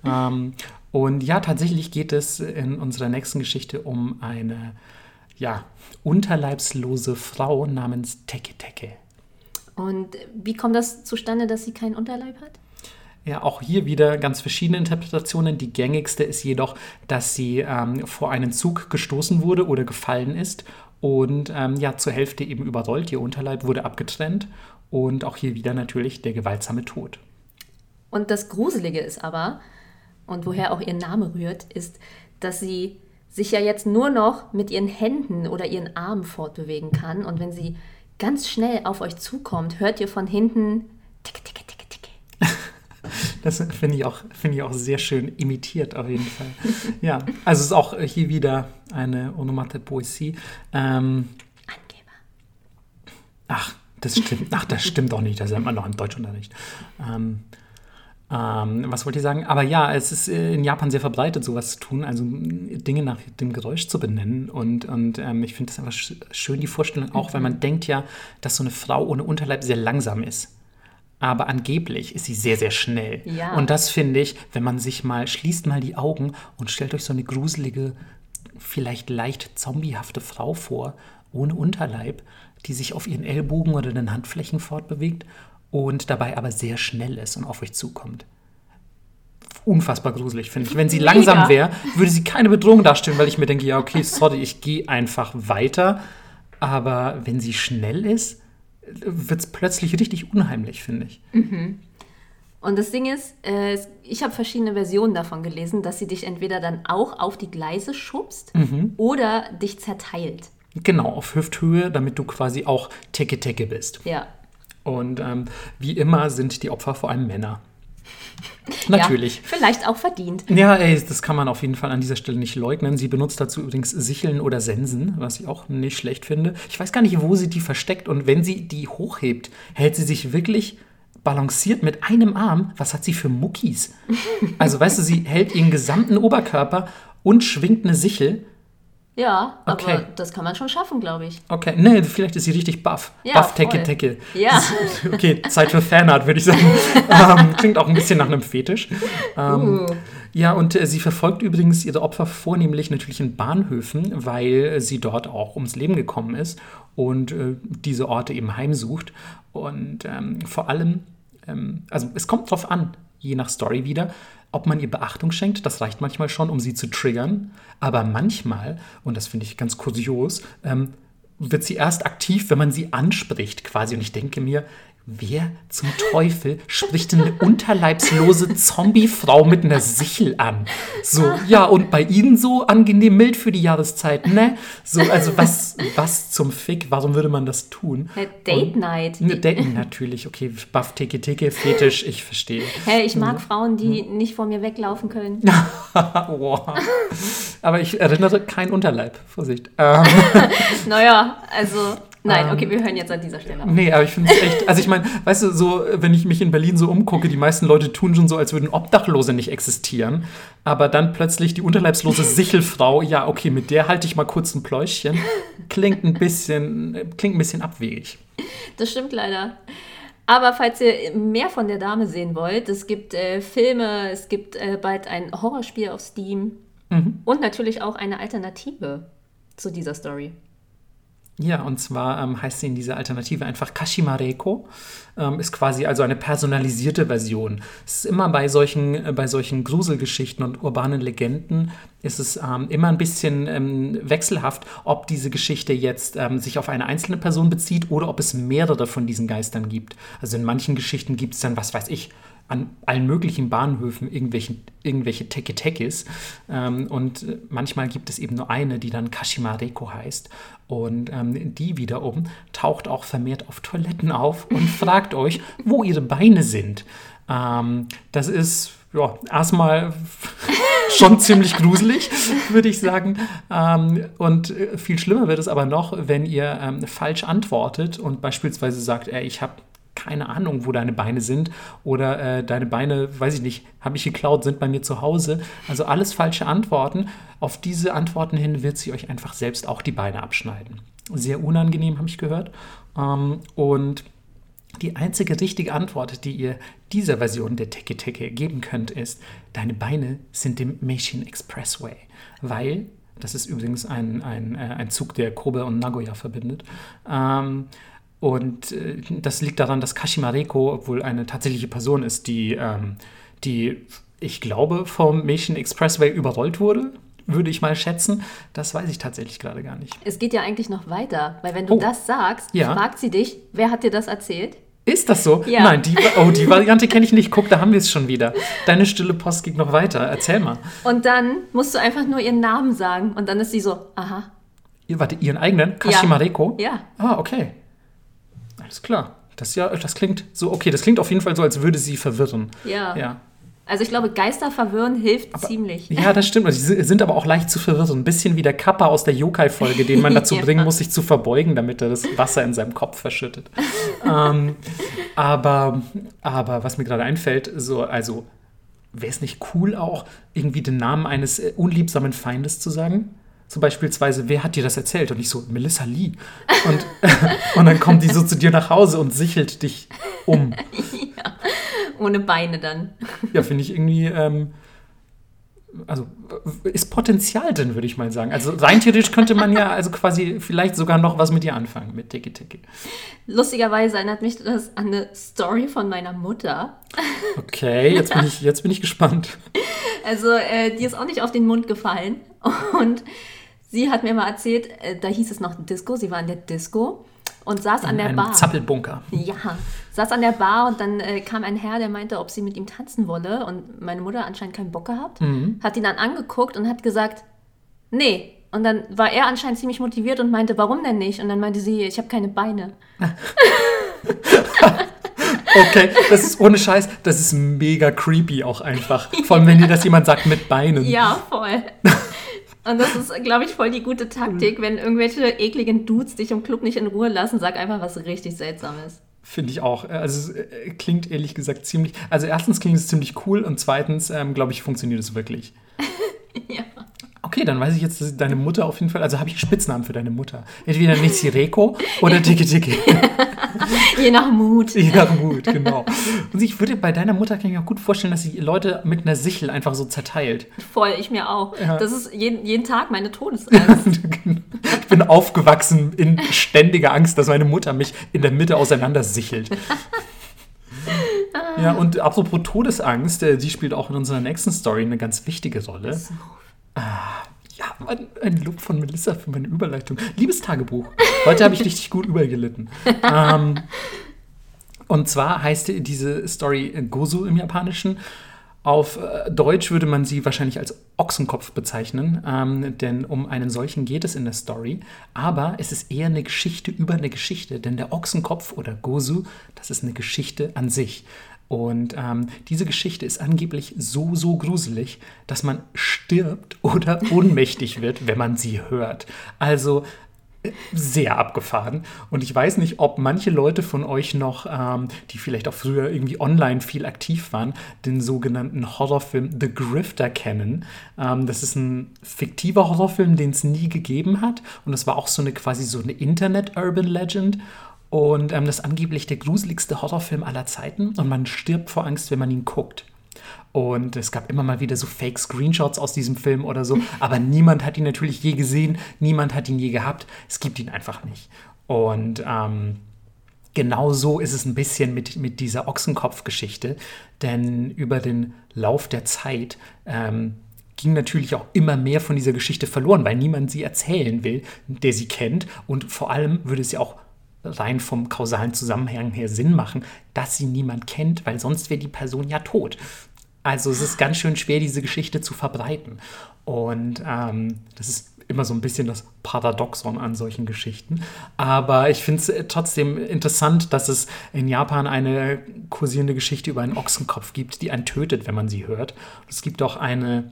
Und ja, tatsächlich geht es in unserer nächsten Geschichte um eine, unterleibslose Frau namens Teke Teke. Und wie kommt das zustande, dass sie keinen Unterleib hat? Ja, auch hier wieder ganz verschiedene Interpretationen. Die gängigste ist jedoch, dass sie vor einen Zug gestoßen wurde oder gefallen ist und zur Hälfte eben überrollt. Ihr Unterleib wurde abgetrennt und auch hier wieder natürlich der gewaltsame Tod. Und das Gruselige ist aber, und woher auch ihr Name rührt, ist, dass sie sich ja jetzt nur noch mit ihren Händen oder ihren Armen fortbewegen kann. Und wenn sie ganz schnell auf euch zukommt, hört ihr von hinten Ticke, Ticke, Ticke, Ticke. Das finde ich auch sehr schön imitiert auf jeden Fall. Ja, also es ist auch hier wieder eine Onomatopoesie. Angeber. Ach, das stimmt doch nicht. Das lernt man noch im Deutschunterricht. Was wollte ich sagen? Aber ja, es ist in Japan sehr verbreitet, sowas zu tun, also Dinge nach dem Geräusch zu benennen. Und ich finde das einfach schön, die Vorstellung auch, weil man denkt ja, dass so eine Frau ohne Unterleib sehr langsam ist. Aber angeblich ist sie sehr, sehr schnell. Ja. Und das finde ich, wenn man schließt mal die Augen und stellt euch so eine gruselige, vielleicht leicht zombiehafte Frau vor, ohne Unterleib, die sich auf ihren Ellbogen oder den Handflächen fortbewegt und dabei aber sehr schnell ist und auf euch zukommt. Unfassbar gruselig, finde ich. Wenn sie langsam wäre, würde sie keine Bedrohung darstellen, weil ich mir denke, ja, okay, sorry, ich gehe einfach weiter. Aber wenn sie schnell ist, wird es plötzlich richtig unheimlich, finde ich. Mhm. Und das Ding ist, ich habe verschiedene Versionen davon gelesen, dass sie dich entweder dann auch auf die Gleise schubst oder dich zerteilt. Genau, auf Hüfthöhe, damit du quasi auch Teke-Teke bist. Ja. Und wie immer sind die Opfer vor allem Männer. Natürlich. Ja, vielleicht auch verdient. Ja, ey, das kann man auf jeden Fall an dieser Stelle nicht leugnen. Sie benutzt dazu übrigens Sicheln oder Sensen, was ich auch nicht schlecht finde. Ich weiß gar nicht, wo sie die versteckt. Und wenn sie die hochhebt, hält sie sich wirklich balanciert mit einem Arm. Was hat sie für Muckis? Also, weißt du, sie hält ihren gesamten Oberkörper und schwingt eine Sichel. Ja, Okay. aber das kann man schon schaffen, glaube ich. Okay, ne, vielleicht ist sie richtig buff. Ja, Buff, Tecke, voll. Tecke. Ja. Okay, Zeit für Fanart, würde ich sagen. Klingt auch ein bisschen nach einem Fetisch. Ja, und sie verfolgt übrigens ihre Opfer vornehmlich natürlich in Bahnhöfen, weil sie dort auch ums Leben gekommen ist und diese Orte eben heimsucht. Und vor allem, also es kommt drauf an, je nach Story wieder, ob man ihr Beachtung schenkt. Das reicht manchmal schon, um sie zu triggern. Aber manchmal, und das finde ich ganz kurios, wird sie erst aktiv, wenn man sie anspricht quasi. Und ich denke mir, wer zum Teufel spricht denn eine unterleibslose Zombiefrau mit einer Sichel an? So, ja, und bei Ihnen so angenehm mild für die Jahreszeit, ne? So, also was zum Fick, warum würde man das tun? Date Night. Date natürlich, okay, Buff, Teke, Teke, Fetisch, ich verstehe. Hey, ich mag Frauen, die nicht vor mir weglaufen können. Wow. Aber ich erinnere kein Unterleib, Vorsicht. Naja, also... Nein, okay, wir hören jetzt an dieser Stelle auf. Nee, aber ich finde es echt, also ich meine, weißt du, so, wenn ich mich in Berlin so umgucke, die meisten Leute tun schon so, als würden Obdachlose nicht existieren, aber dann plötzlich die unterleibslose Sichelfrau, ja, okay, mit der halte ich mal kurz ein Pläuschchen, klingt ein bisschen abwegig. Das stimmt leider. Aber falls ihr mehr von der Dame sehen wollt, es gibt Filme, es gibt bald ein Horrorspiel auf Steam und natürlich auch eine Alternative zu dieser Story. Ja, und zwar heißt sie in dieser Alternative einfach Kashimareko. Ist quasi also eine personalisierte Version. Es ist immer bei solchen Gruselgeschichten und urbanen Legenden ist es immer ein bisschen wechselhaft, ob diese Geschichte jetzt sich auf eine einzelne Person bezieht oder ob es mehrere von diesen Geistern gibt. Also in manchen Geschichten gibt es dann, was weiß ich, an allen möglichen Bahnhöfen irgendwelche Teke-Tekis. Und manchmal gibt es eben nur eine, die dann Kashimareko heißt. Und die wiederum taucht auch vermehrt auf Toiletten auf und fragt euch, wo ihre Beine sind. Das ist ja erstmal schon ziemlich gruselig, würde ich sagen. Und viel schlimmer wird es aber noch, wenn ihr falsch antwortet und beispielsweise sagt, ich habe keine Ahnung, wo deine Beine sind oder deine Beine, weiß ich nicht, habe ich geklaut, sind bei mir zu Hause. Also alles falsche Antworten. Auf diese Antworten hin wird sie euch einfach selbst auch die Beine abschneiden. Sehr unangenehm, habe ich gehört. Und die einzige richtige Antwort, die ihr dieser Version der Teke-Teke geben könnt, ist, deine Beine sind im Meishin Expressway. Weil, das ist übrigens ein Zug, der Kobe und Nagoya verbindet, und das liegt daran, dass Kashimareko wohl eine tatsächliche Person ist, die ich glaube, vom Meishin Expressway überrollt wurde, würde ich mal schätzen. Das weiß ich tatsächlich gerade gar nicht. Es geht ja eigentlich noch weiter, weil wenn du das sagst, fragt sie dich, wer hat dir das erzählt? Ist das so? Ja. Nein, die Variante kenne ich nicht. Guck, da haben wir es schon wieder. Deine stille Post geht noch weiter. Erzähl mal. Und dann musst du einfach nur ihren Namen sagen und dann ist sie so, aha. Ihren eigenen? Kashimareko? Ja. Ah, okay. Alles klar. Das klingt so, okay, das klingt auf jeden Fall so, als würde sie verwirren. Ja. Also ich glaube, Geister verwirren hilft ziemlich. Ja, das stimmt. Sie sind aber auch leicht zu verwirren. Ein bisschen wie der Kappa aus der Yokai-Folge, den man dazu bringen muss, sich zu verbeugen, damit er das Wasser in seinem Kopf verschüttet. Aber was mir gerade einfällt, also wäre es nicht cool auch, irgendwie den Namen eines unliebsamen Feindes zu sagen? So beispielsweise, wer hat dir das erzählt? Und ich so, Melissa Lee. Und dann kommt die so zu dir nach Hause und sichelt dich um. Ja, ohne Beine dann. Ja, finde ich irgendwie, also ist Potenzial drin, würde ich mal sagen. Also rein theoretisch könnte man ja also quasi vielleicht sogar noch was mit ihr anfangen, mit Teke-Teke. Lustigerweise erinnert mich das an eine Story von meiner Mutter. Okay, jetzt bin ich gespannt. Also die ist auch nicht auf den Mund gefallen und sie hat mir mal erzählt, da hieß es noch Disco, sie war in der Disco und saß an der Bar. Zappelbunker. Ja, saß an der Bar und dann kam ein Herr, der meinte, ob sie mit ihm tanzen wolle und meine Mutter anscheinend keinen Bock gehabt, hat ihn dann angeguckt und hat gesagt, nee. Und dann war er anscheinend ziemlich motiviert und meinte, warum denn nicht? Und dann meinte sie, ich habe keine Beine. Okay, das ist ohne Scheiß, das ist mega creepy auch einfach. Vor allem, wenn dir das jemand sagt mit Beinen. Ja, voll. Und das ist, glaube ich, voll die gute Taktik, wenn irgendwelche ekligen Dudes dich im Club nicht in Ruhe lassen, sag einfach was richtig Seltsames. Finde ich auch. Also es klingt ehrlich gesagt ziemlich... Also erstens klingt es ziemlich cool und zweitens, glaube ich, funktioniert es wirklich. Ja. Okay, dann weiß ich jetzt, dass deine Mutter auf jeden Fall... Also habe ich einen Spitznamen für deine Mutter. Entweder Nitsireko oder Tiki Tiki. Je nach Mut. Je nach Mut, genau. Und ich würde bei deiner Mutter, kann ich mir auch gut vorstellen, dass sie Leute mit einer Sichel einfach so zerteilt. Voll, ich mir auch. Ja. Das ist jeden Tag meine Todesangst. Ich bin aufgewachsen in ständiger Angst, dass meine Mutter mich in der Mitte auseinandersichelt. Ja, und apropos Todesangst, sie spielt auch in unserer nächsten Story eine ganz wichtige Rolle. Ja, ein Lob von Melissa für meine Überleitung. Liebestagebuch. Heute habe ich richtig gut übergelitten. Und zwar heißt diese Story Gozu im Japanischen. Auf Deutsch würde man sie wahrscheinlich als Ochsenkopf bezeichnen, denn um einen solchen geht es in der Story. Aber es ist eher eine Geschichte über eine Geschichte, denn der Ochsenkopf oder Gozu, das ist eine Geschichte an sich. Und diese Geschichte ist angeblich so gruselig, dass man stirbt oder ohnmächtig wird, wenn man sie hört. Also sehr abgefahren. Und ich weiß nicht, ob manche Leute von euch noch, die vielleicht auch früher irgendwie online viel aktiv waren, den sogenannten Horrorfilm The Grifter kennen. Das ist ein fiktiver Horrorfilm, den es nie gegeben hat. Und das war auch quasi so eine Internet-Urban-Legend. Und das ist angeblich der gruseligste Horrorfilm aller Zeiten. Und man stirbt vor Angst, wenn man ihn guckt. Und es gab immer mal wieder so Fake-Screenshots aus diesem Film oder so. Aber niemand hat ihn natürlich je gesehen. Niemand hat ihn je gehabt. Es gibt ihn einfach nicht. Und genau so ist es ein bisschen mit dieser Ochsenkopf-Geschichte. Denn über den Lauf der Zeit ging natürlich auch immer mehr von dieser Geschichte verloren, weil niemand sie erzählen will, der sie kennt. Und vor allem würde es ja auch rein vom kausalen Zusammenhang her Sinn machen, dass sie niemand kennt, weil sonst wäre die Person ja tot. Also es ist ganz schön schwer, diese Geschichte zu verbreiten. Und das ist immer so ein bisschen das Paradoxon an solchen Geschichten. Aber ich finde es trotzdem interessant, dass es in Japan eine kursierende Geschichte über einen Ochsenkopf gibt, die einen tötet, wenn man sie hört. Es gibt auch ein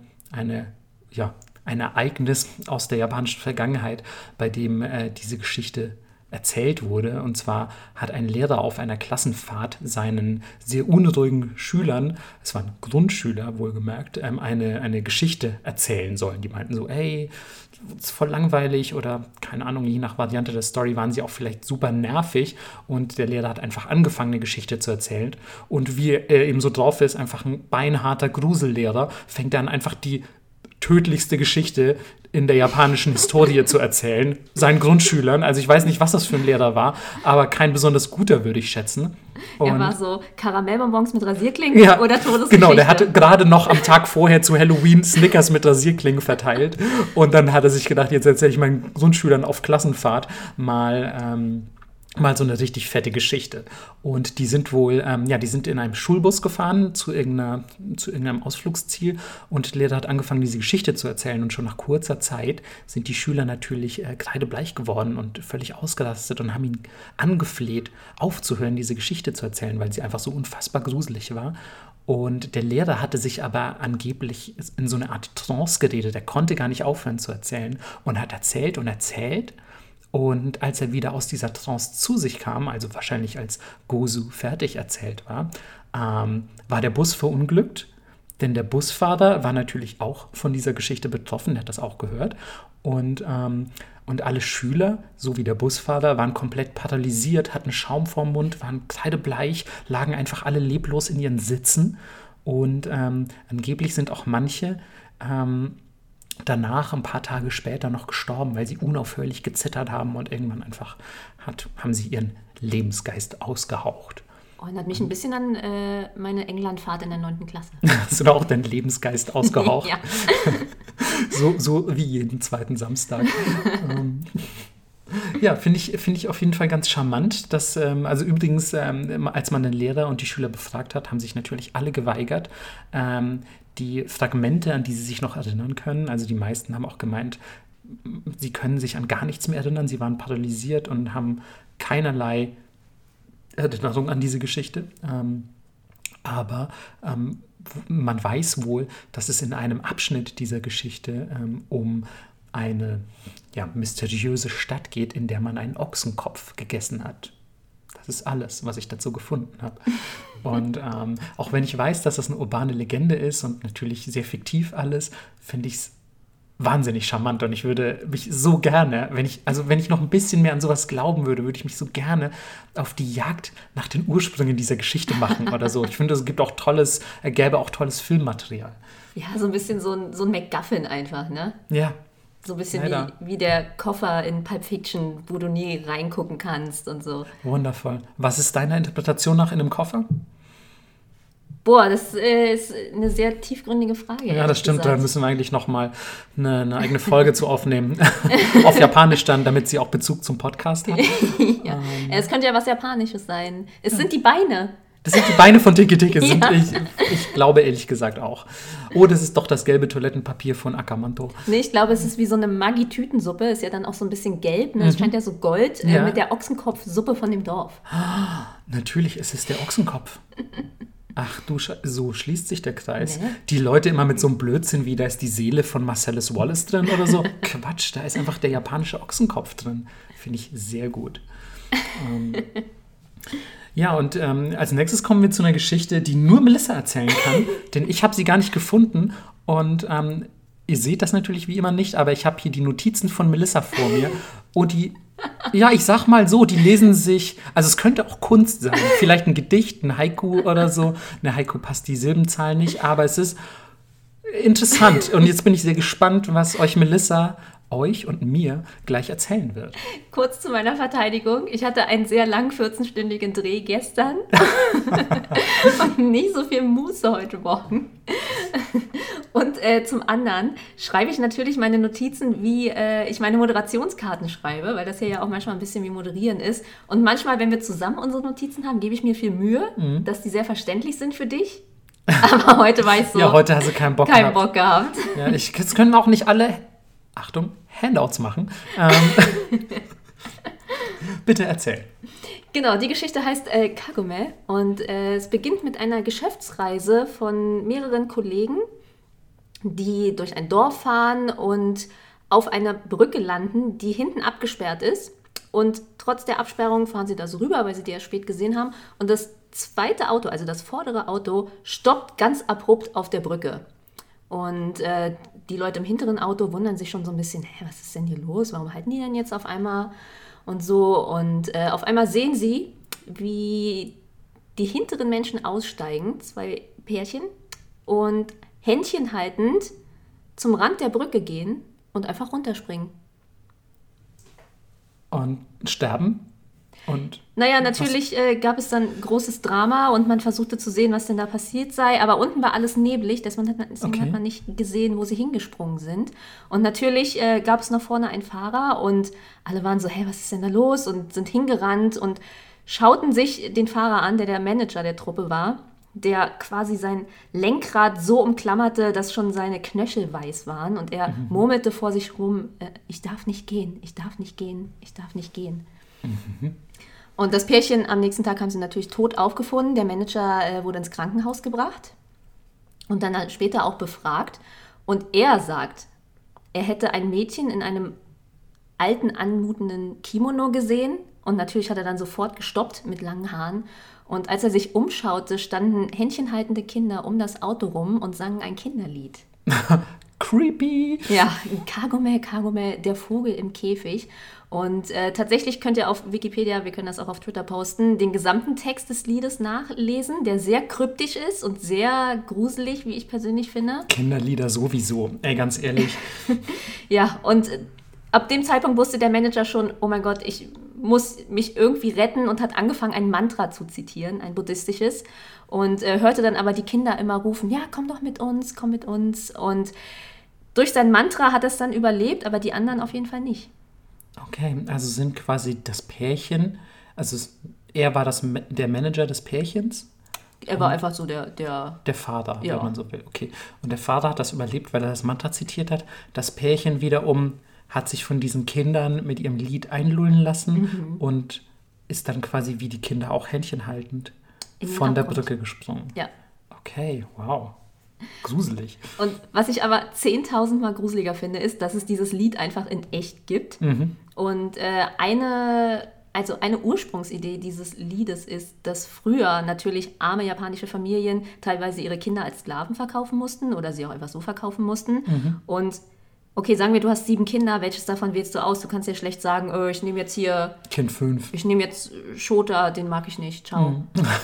Ereignis aus der japanischen Vergangenheit, bei dem diese Geschichte erzählt wurde. Und zwar hat ein Lehrer auf einer Klassenfahrt seinen sehr unruhigen Schülern, es waren Grundschüler wohlgemerkt, eine Geschichte erzählen sollen. Die meinten so, ey, das ist voll langweilig oder keine Ahnung, je nach Variante der Story waren sie auch vielleicht super nervig und der Lehrer hat einfach angefangen, eine Geschichte zu erzählen. Und wie er eben so drauf ist, einfach ein beinharter Grusellehrer, fängt dann einfach die tödlichste Geschichte in der japanischen Historie zu erzählen, seinen Grundschülern. Also ich weiß nicht, was das für ein Lehrer war, aber kein besonders guter, würde ich schätzen. Und er war so Karamellbonbons mit Rasierklingen oder Todesgeschichte. Genau, der hatte gerade noch am Tag vorher zu Halloween Snickers mit Rasierklingen verteilt. Und dann hat er sich gedacht, jetzt erzähle ich meinen Grundschülern auf Klassenfahrt mal so eine richtig fette Geschichte. Und die sind wohl, die sind in einem Schulbus gefahren zu irgendeinem Ausflugsziel und der Lehrer hat angefangen, diese Geschichte zu erzählen und schon nach kurzer Zeit sind die Schüler natürlich kreidebleich geworden und völlig ausgerastet und haben ihn angefleht, aufzuhören, diese Geschichte zu erzählen, weil sie einfach so unfassbar gruselig war. Und der Lehrer hatte sich aber angeblich in so eine Art Trance geredet, er konnte gar nicht aufhören zu erzählen und hat erzählt und erzählt. Und als er wieder aus dieser Trance zu sich kam, also wahrscheinlich als Gozu fertig erzählt war, war der Bus verunglückt. Denn der Busfahrer war natürlich auch von dieser Geschichte betroffen, der hat das auch gehört. Und alle Schüler, so wie der Busfahrer, waren komplett paralysiert, hatten Schaum vorm Mund, waren kreidebleich, lagen einfach alle leblos in ihren Sitzen. Und angeblich sind auch manche danach, ein paar Tage später, noch gestorben, weil sie unaufhörlich gezittert haben und irgendwann einfach haben sie ihren Lebensgeist ausgehaucht. Oh, erinnert mich ein bisschen an meine Englandfahrt in der 9. Klasse. Hast du da auch deinen Lebensgeist ausgehaucht? Ja. so wie jeden zweiten Samstag. Ja, finde ich auf jeden Fall ganz charmant. Dass, also übrigens, als man den Lehrer und die Schüler befragt hat, haben sich natürlich alle geweigert, die Fragmente, an die sie sich noch erinnern können. Also die meisten haben auch gemeint, sie können sich an gar nichts mehr erinnern. Sie waren paralysiert und haben keinerlei Erinnerung an diese Geschichte. Aber man weiß wohl, dass es in einem Abschnitt dieser Geschichte um eine mysteriöse Stadt geht, in der man einen Ochsenkopf gegessen hat. Das ist alles, was ich dazu gefunden habe. Und auch wenn ich weiß, dass das eine urbane Legende ist und natürlich sehr fiktiv alles, finde ich es wahnsinnig charmant. Und ich würde mich so gerne, wenn ich noch ein bisschen mehr an sowas glauben würde, würde ich mich so gerne auf die Jagd nach den Ursprüngen dieser Geschichte machen oder so. Ich finde, es gäbe auch tolles Filmmaterial. Ja, so ein bisschen so ein MacGuffin einfach, ne? Ja. So ein bisschen wie der Koffer in Pulp Fiction, wo du nie reingucken kannst und so. Wundervoll. Was ist deiner Interpretation nach in einem Koffer? Boah, das ist eine sehr tiefgründige Frage. Ja, das stimmt. Da müssen wir eigentlich nochmal eine eigene Folge zu aufnehmen. Auf Japanisch dann, damit sie auch Bezug zum Podcast hat. Ja. Es könnte ja was Japanisches sein. Es sind die Beine. Das sind die Beine von Tiki Tiki. Ich glaube ehrlich gesagt auch. Oh, das ist doch das gelbe Toilettenpapier von Akamanto. Nee, ich glaube, es ist wie so eine Maggi-Tütensuppe. Ist ja dann auch so ein bisschen gelb. Ne? Es scheint ja so Gold mit der Ochsenkopfsuppe von dem Dorf. Natürlich, es ist der Ochsenkopf. Ach du, so schließt sich der Kreis. Nee. Die Leute immer mit so einem Blödsinn wie, da ist die Seele von Marcellus Wallace drin oder so. Quatsch, da ist einfach der japanische Ochsenkopf drin. Finde ich sehr gut. Ja, und als nächstes kommen wir zu einer Geschichte, die nur Melissa erzählen kann, denn ich habe sie gar nicht gefunden und ihr seht das natürlich wie immer nicht, aber ich habe hier die Notizen von Melissa vor mir und ich sag mal so, die lesen sich, also es könnte auch Kunst sein, vielleicht ein Gedicht, ein Haiku oder so. Eine Haiku passt die Silbenzahl nicht, aber es ist interessant und jetzt bin ich sehr gespannt, was euch Melissa und mir gleich erzählen wird. Kurz zu meiner Verteidigung. Ich hatte einen sehr langen 14-stündigen Dreh gestern und nicht so viel Muße heute Morgen. Und zum anderen schreibe ich natürlich meine Notizen, wie ich meine Moderationskarten schreibe, weil das hier ja auch manchmal ein bisschen wie Moderieren ist. Und manchmal, wenn wir zusammen unsere Notizen haben, gebe ich mir viel Mühe, dass die sehr verständlich sind für dich. Aber heute war ich so... Ja, heute hast du keinen Bock gehabt. Ja, jetzt können wir auch nicht alle... Achtung, Handouts machen. Bitte erzähl. Genau, die Geschichte heißt Kagome und es beginnt mit einer Geschäftsreise von mehreren Kollegen, die durch ein Dorf fahren und auf einer Brücke landen, die hinten abgesperrt ist. Und trotz der Absperrung fahren sie da so rüber, weil sie die ja spät gesehen haben. Und das zweite Auto, also das vordere Auto, stoppt ganz abrupt auf der Brücke. Und die Leute im hinteren Auto wundern sich schon so ein bisschen, was ist denn hier los? Warum halten die denn jetzt auf einmal und so? Und auf einmal sehen sie, wie die hinteren Menschen aussteigen, 2 Pärchen, und Händchen haltend zum Rand der Brücke gehen und einfach runterspringen. Und sterben? Und naja, natürlich gab es dann großes Drama und man versuchte zu sehen, was denn da passiert sei. Aber unten war alles neblig, deswegen hat man nicht gesehen, wo sie hingesprungen sind. Und natürlich gab es noch vorne einen Fahrer und alle waren so, was ist denn da los? Und sind hingerannt und schauten sich den Fahrer an, der Manager der Truppe war, der quasi sein Lenkrad so umklammerte, dass schon seine Knöchel weiß waren. Und er murmelte vor sich rum, ich darf nicht gehen, ich darf nicht gehen, ich darf nicht gehen. Und das Pärchen, am nächsten Tag haben sie natürlich tot aufgefunden. Der Manager wurde ins Krankenhaus gebracht und dann später auch befragt. Und er sagt, er hätte ein Mädchen in einem alten, anmutenden Kimono gesehen. Und natürlich hat er dann sofort gestoppt mit langen Haaren. Und als er sich umschaute, standen händchenhaltende Kinder um das Auto rum und sangen ein Kinderlied. Creepy! Ja, Kagome, Kagome, der Vogel im Käfig. Und tatsächlich könnt ihr auf Wikipedia, wir können das auch auf Twitter posten, den gesamten Text des Liedes nachlesen, der sehr kryptisch ist und sehr gruselig, wie ich persönlich finde. Kinderlieder sowieso, ganz ehrlich. Ja, und ab dem Zeitpunkt wusste der Manager schon, oh mein Gott, ich muss mich irgendwie retten und hat angefangen, ein Mantra zu zitieren, ein buddhistisches. Und hörte dann aber die Kinder immer rufen, ja, komm doch mit uns, komm mit uns. Und durch sein Mantra hat er es dann überlebt, aber die anderen auf jeden Fall nicht. Okay, also sind quasi das Pärchen, also er war der Manager des Pärchens? Er war einfach so der Vater, ja. Wenn man so will. Okay. Und der Vater hat das überlebt, weil er das Mantra zitiert hat. Das Pärchen wiederum hat sich von diesen Kindern mit ihrem Lied einlullen lassen und ist dann quasi wie die Kinder auch händchenhaltend In den von der Abgrund. Brücke gesprungen. Ja. Okay, wow. Gruselig. Und was ich aber 10.000 Mal gruseliger finde, ist, dass es dieses Lied einfach in echt gibt. Und eine Ursprungsidee dieses Liedes ist, dass früher natürlich arme japanische Familien teilweise ihre Kinder als Sklaven verkaufen mussten oder sie auch einfach so verkaufen mussten. Und okay, sagen wir, du hast 7 Kinder, welches davon wählst du aus? Du kannst ja schlecht sagen, ich nehme jetzt hier, Kind 5. ich nehme jetzt Shota, den mag ich nicht, ciao.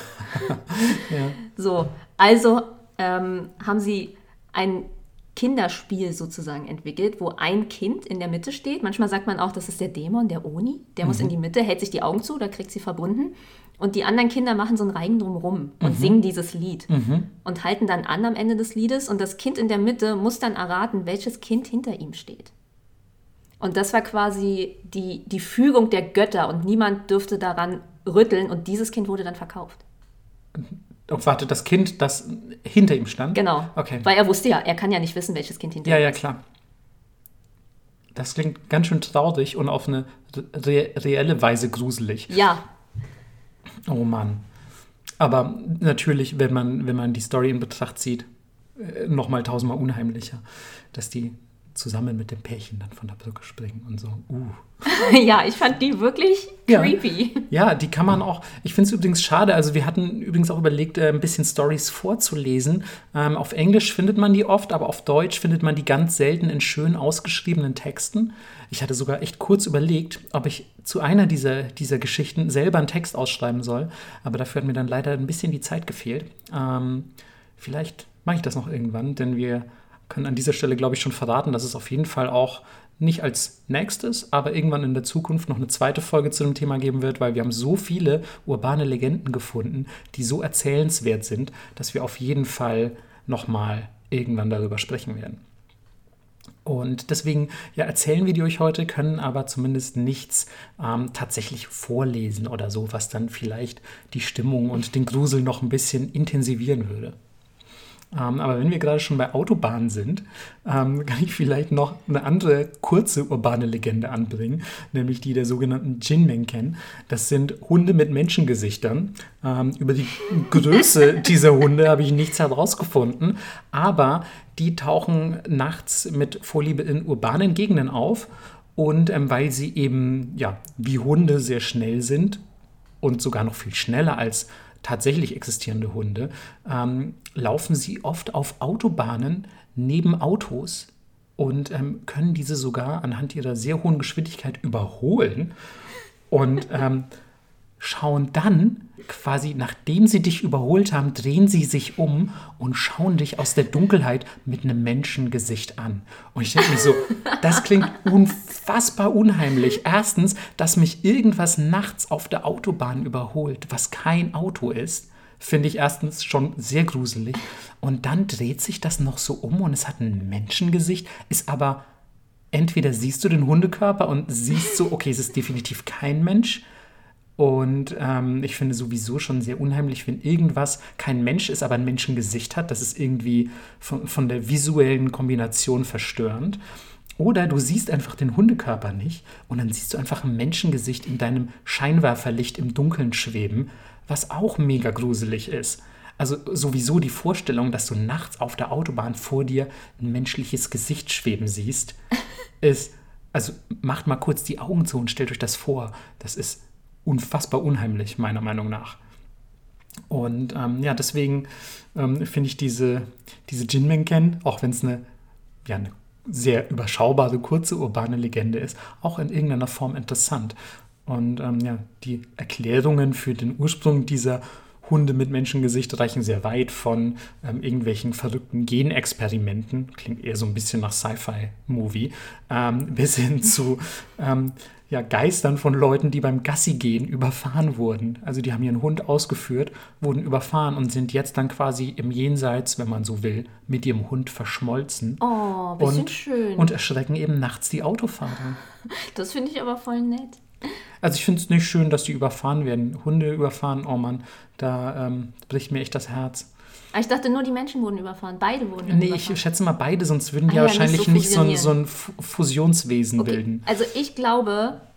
Ja. So, also haben sie ein Kinderspiel sozusagen entwickelt, wo ein Kind in der Mitte steht. Manchmal sagt man auch, das ist der Dämon, der Oni. Der muss in die Mitte, hält sich die Augen zu, da kriegt sie verbunden. Und die anderen Kinder machen so einen Reigen drumherum und singen dieses Lied. Und halten dann an am Ende des Liedes. Und das Kind in der Mitte muss dann erraten, welches Kind hinter ihm steht. Und das war quasi die Fügung der Götter. Und niemand dürfte daran rütteln. Und dieses Kind wurde dann verkauft. Oh, warte, das Kind, das hinter ihm stand? Genau. Okay. Weil er wusste ja, er kann ja nicht wissen, welches Kind hinter ihm Ja, ist. klar. Das klingt ganz schön traurig und auf eine reelle Weise gruselig. Ja, Oh Mann. Aber natürlich, wenn man die Story in Betracht zieht, nochmal 1000-mal unheimlicher, dass die zusammen mit dem Pärchen dann von der Brücke springen und so. ja, ich fand die wirklich creepy. Ja, die kann man auch. Ich finde es übrigens schade. Also wir hatten übrigens auch überlegt, ein bisschen Stories vorzulesen. Auf Englisch findet man die oft, aber auf Deutsch findet man die ganz selten in schön ausgeschriebenen Texten. Ich hatte sogar echt kurz überlegt, ob ich zu einer dieser Geschichten selber einen Text ausschreiben soll. Aber dafür hat mir dann leider ein bisschen die Zeit gefehlt. Vielleicht mache ich das noch irgendwann, denn wir können an dieser Stelle, glaube ich, schon verraten, dass es auf jeden Fall auch nicht als nächstes, aber irgendwann in der Zukunft noch eine zweite Folge zu dem Thema geben wird, weil wir haben so viele urbane Legenden gefunden, die so erzählenswert sind, dass wir auf jeden Fall nochmal irgendwann darüber sprechen werden. Und deswegen erzählen wir die euch heute, können aber zumindest nichts tatsächlich vorlesen oder so, was dann vielleicht die Stimmung und den Grusel noch ein bisschen intensivieren würde. Aber wenn wir gerade schon bei Autobahnen sind, kann ich vielleicht noch eine andere kurze urbane Legende anbringen, nämlich die der sogenannten Jinmenken. Das sind Hunde mit Menschengesichtern. Über die Größe dieser Hunde habe ich nichts herausgefunden, aber die tauchen nachts mit Vorliebe in urbanen Gegenden auf und weil sie eben wie Hunde sehr schnell sind und sogar noch viel schneller als tatsächlich existierende Hunde, laufen sie oft auf Autobahnen neben Autos und können diese sogar anhand ihrer sehr hohen Geschwindigkeit überholen und schauen dann quasi, nachdem sie dich überholt haben, drehen sie sich um und schauen dich aus der Dunkelheit mit einem Menschengesicht an. Und ich denke mir so, das klingt unfassbar unheimlich. Erstens, dass mich irgendwas nachts auf der Autobahn überholt, was kein Auto ist, finde ich erstens schon sehr gruselig. Und dann dreht sich das noch so um und es hat ein Menschengesicht, ist aber entweder siehst du den Hundekörper und siehst so, okay, es ist definitiv kein Mensch. Und ich finde sowieso schon sehr unheimlich, wenn irgendwas kein Mensch ist, aber ein Menschengesicht hat. Das ist irgendwie von der visuellen Kombination verstörend. Oder du siehst einfach den Hundekörper nicht und dann siehst du einfach ein Menschengesicht in deinem Scheinwerferlicht im Dunkeln schweben, was auch mega gruselig ist. Also sowieso die Vorstellung, dass du nachts auf der Autobahn vor dir ein menschliches Gesicht schweben siehst, ist, also macht mal kurz die Augen zu und stellt euch das vor. Das ist unfassbar unheimlich, meiner Meinung nach. Und deswegen finde ich diese Jinmenken, auch wenn es eine sehr überschaubare, kurze urbane Legende ist, auch in irgendeiner Form interessant. Und die Erklärungen für den Ursprung dieser Hunde mit Menschengesicht reichen sehr weit von irgendwelchen verrückten Genexperimenten, klingt eher so ein bisschen nach Sci-Fi-Movie, bis hin zu Geistern von Leuten, die beim Gassi-Gehen überfahren wurden. Also die haben ihren Hund ausgeführt, wurden überfahren und sind jetzt dann quasi im Jenseits, wenn man so will, mit ihrem Hund verschmolzen. Oh, bisschen schön. Und erschrecken eben nachts die Autofahrer. Das finde ich aber voll nett. Also ich finde es nicht schön, dass die überfahren werden. Hunde überfahren, oh Mann, da bricht mir echt das Herz. Aber ich dachte nur, die Menschen wurden überfahren. Beide wurden überfahren. Nee, ich schätze mal beide, sonst würden die wahrscheinlich nicht so ein Fusionswesen bilden. Also ich glaube,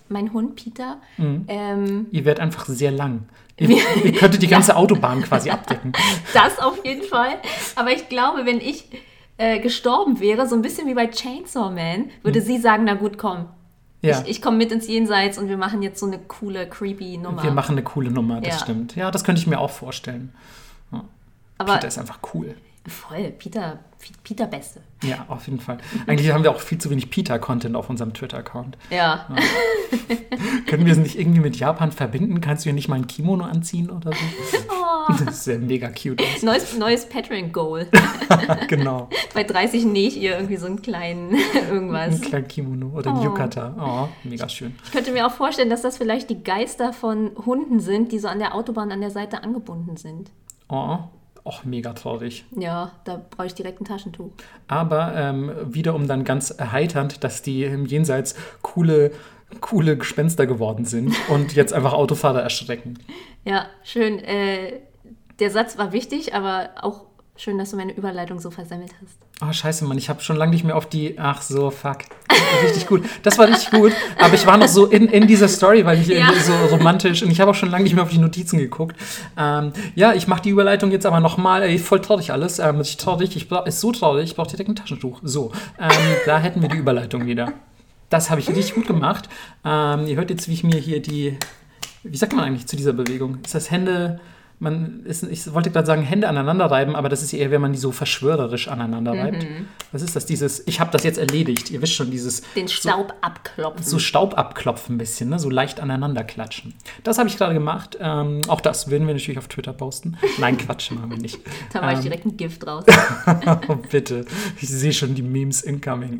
mein Hund Peter. Ihr werdet einfach sehr lang. Ihr könntet die ganze Autobahn quasi abdecken. Das auf jeden Fall. Aber ich glaube, wenn ich gestorben wäre, so ein bisschen wie bei Chainsaw Man, würde sie sagen, na gut, komm. Ja. Ich komme mit ins Jenseits und wir machen jetzt so eine coole, creepy Nummer. Wir machen eine coole Nummer, das stimmt. Ja, das könnte ich mir auch vorstellen. Ja. Aber Peter ist einfach cool. Voll, Peter Beste. Ja, auf jeden Fall. Eigentlich haben wir auch viel zu wenig Peter-Content auf unserem Twitter-Account. Ja. Können wir es nicht irgendwie mit Japan verbinden? Kannst du hier nicht mal ein Kimono anziehen oder so? Oh. Das sähe mega cute aus. Neues Patreon-Goal. Genau. Bei 30 nähe ich ihr irgendwie so einen kleinen irgendwas. Ein kleinen Kimono oder ein Yukata. Oh, mega schön. Ich könnte mir auch vorstellen, dass das vielleicht die Geister von Hunden sind, die so an der Autobahn an der Seite angebunden sind. Oh, auch mega traurig. Ja, da brauche ich direkt ein Taschentuch. Aber wiederum dann ganz erheiternd, dass die im Jenseits coole Gespenster geworden sind und jetzt einfach Autofahrer erschrecken. Ja, schön. Der Satz war wichtig, aber auch schön, dass du meine Überleitung so versemmelt hast. Oh, scheiße, Mann, ich habe schon lange nicht mehr auf die... Ach so, fuck. Richtig gut. Das war richtig gut, aber ich war noch so in dieser Story, weil ich irgendwie so romantisch... Und ich habe auch schon lange nicht mehr auf die Notizen geguckt. Ja, ich mache die Überleitung jetzt aber nochmal. Ey, voll traurig alles. Ist so traurig, ich brauche direkt ein Taschentuch. So, da hätten wir die Überleitung wieder. Das habe ich richtig gut gemacht. Ihr hört jetzt, wie ich mir hier die... Wie sagt man eigentlich zu dieser Bewegung? Ist das Hände... ich wollte gerade sagen, Hände aneinander reiben, aber das ist eher, wenn man die so verschwörerisch aneinander reibt. Was ist das? Ich habe das jetzt erledigt. Ihr wisst schon, den Staub abklopfen. So Staub abklopfen ein bisschen, ne? So leicht aneinander klatschen. Das habe ich gerade gemacht. Auch das würden wir natürlich auf Twitter posten. Nein, Quatsch, machen wir nicht. Da war ich direkt ein Gift raus. Oh, bitte. Ich sehe schon die Memes incoming.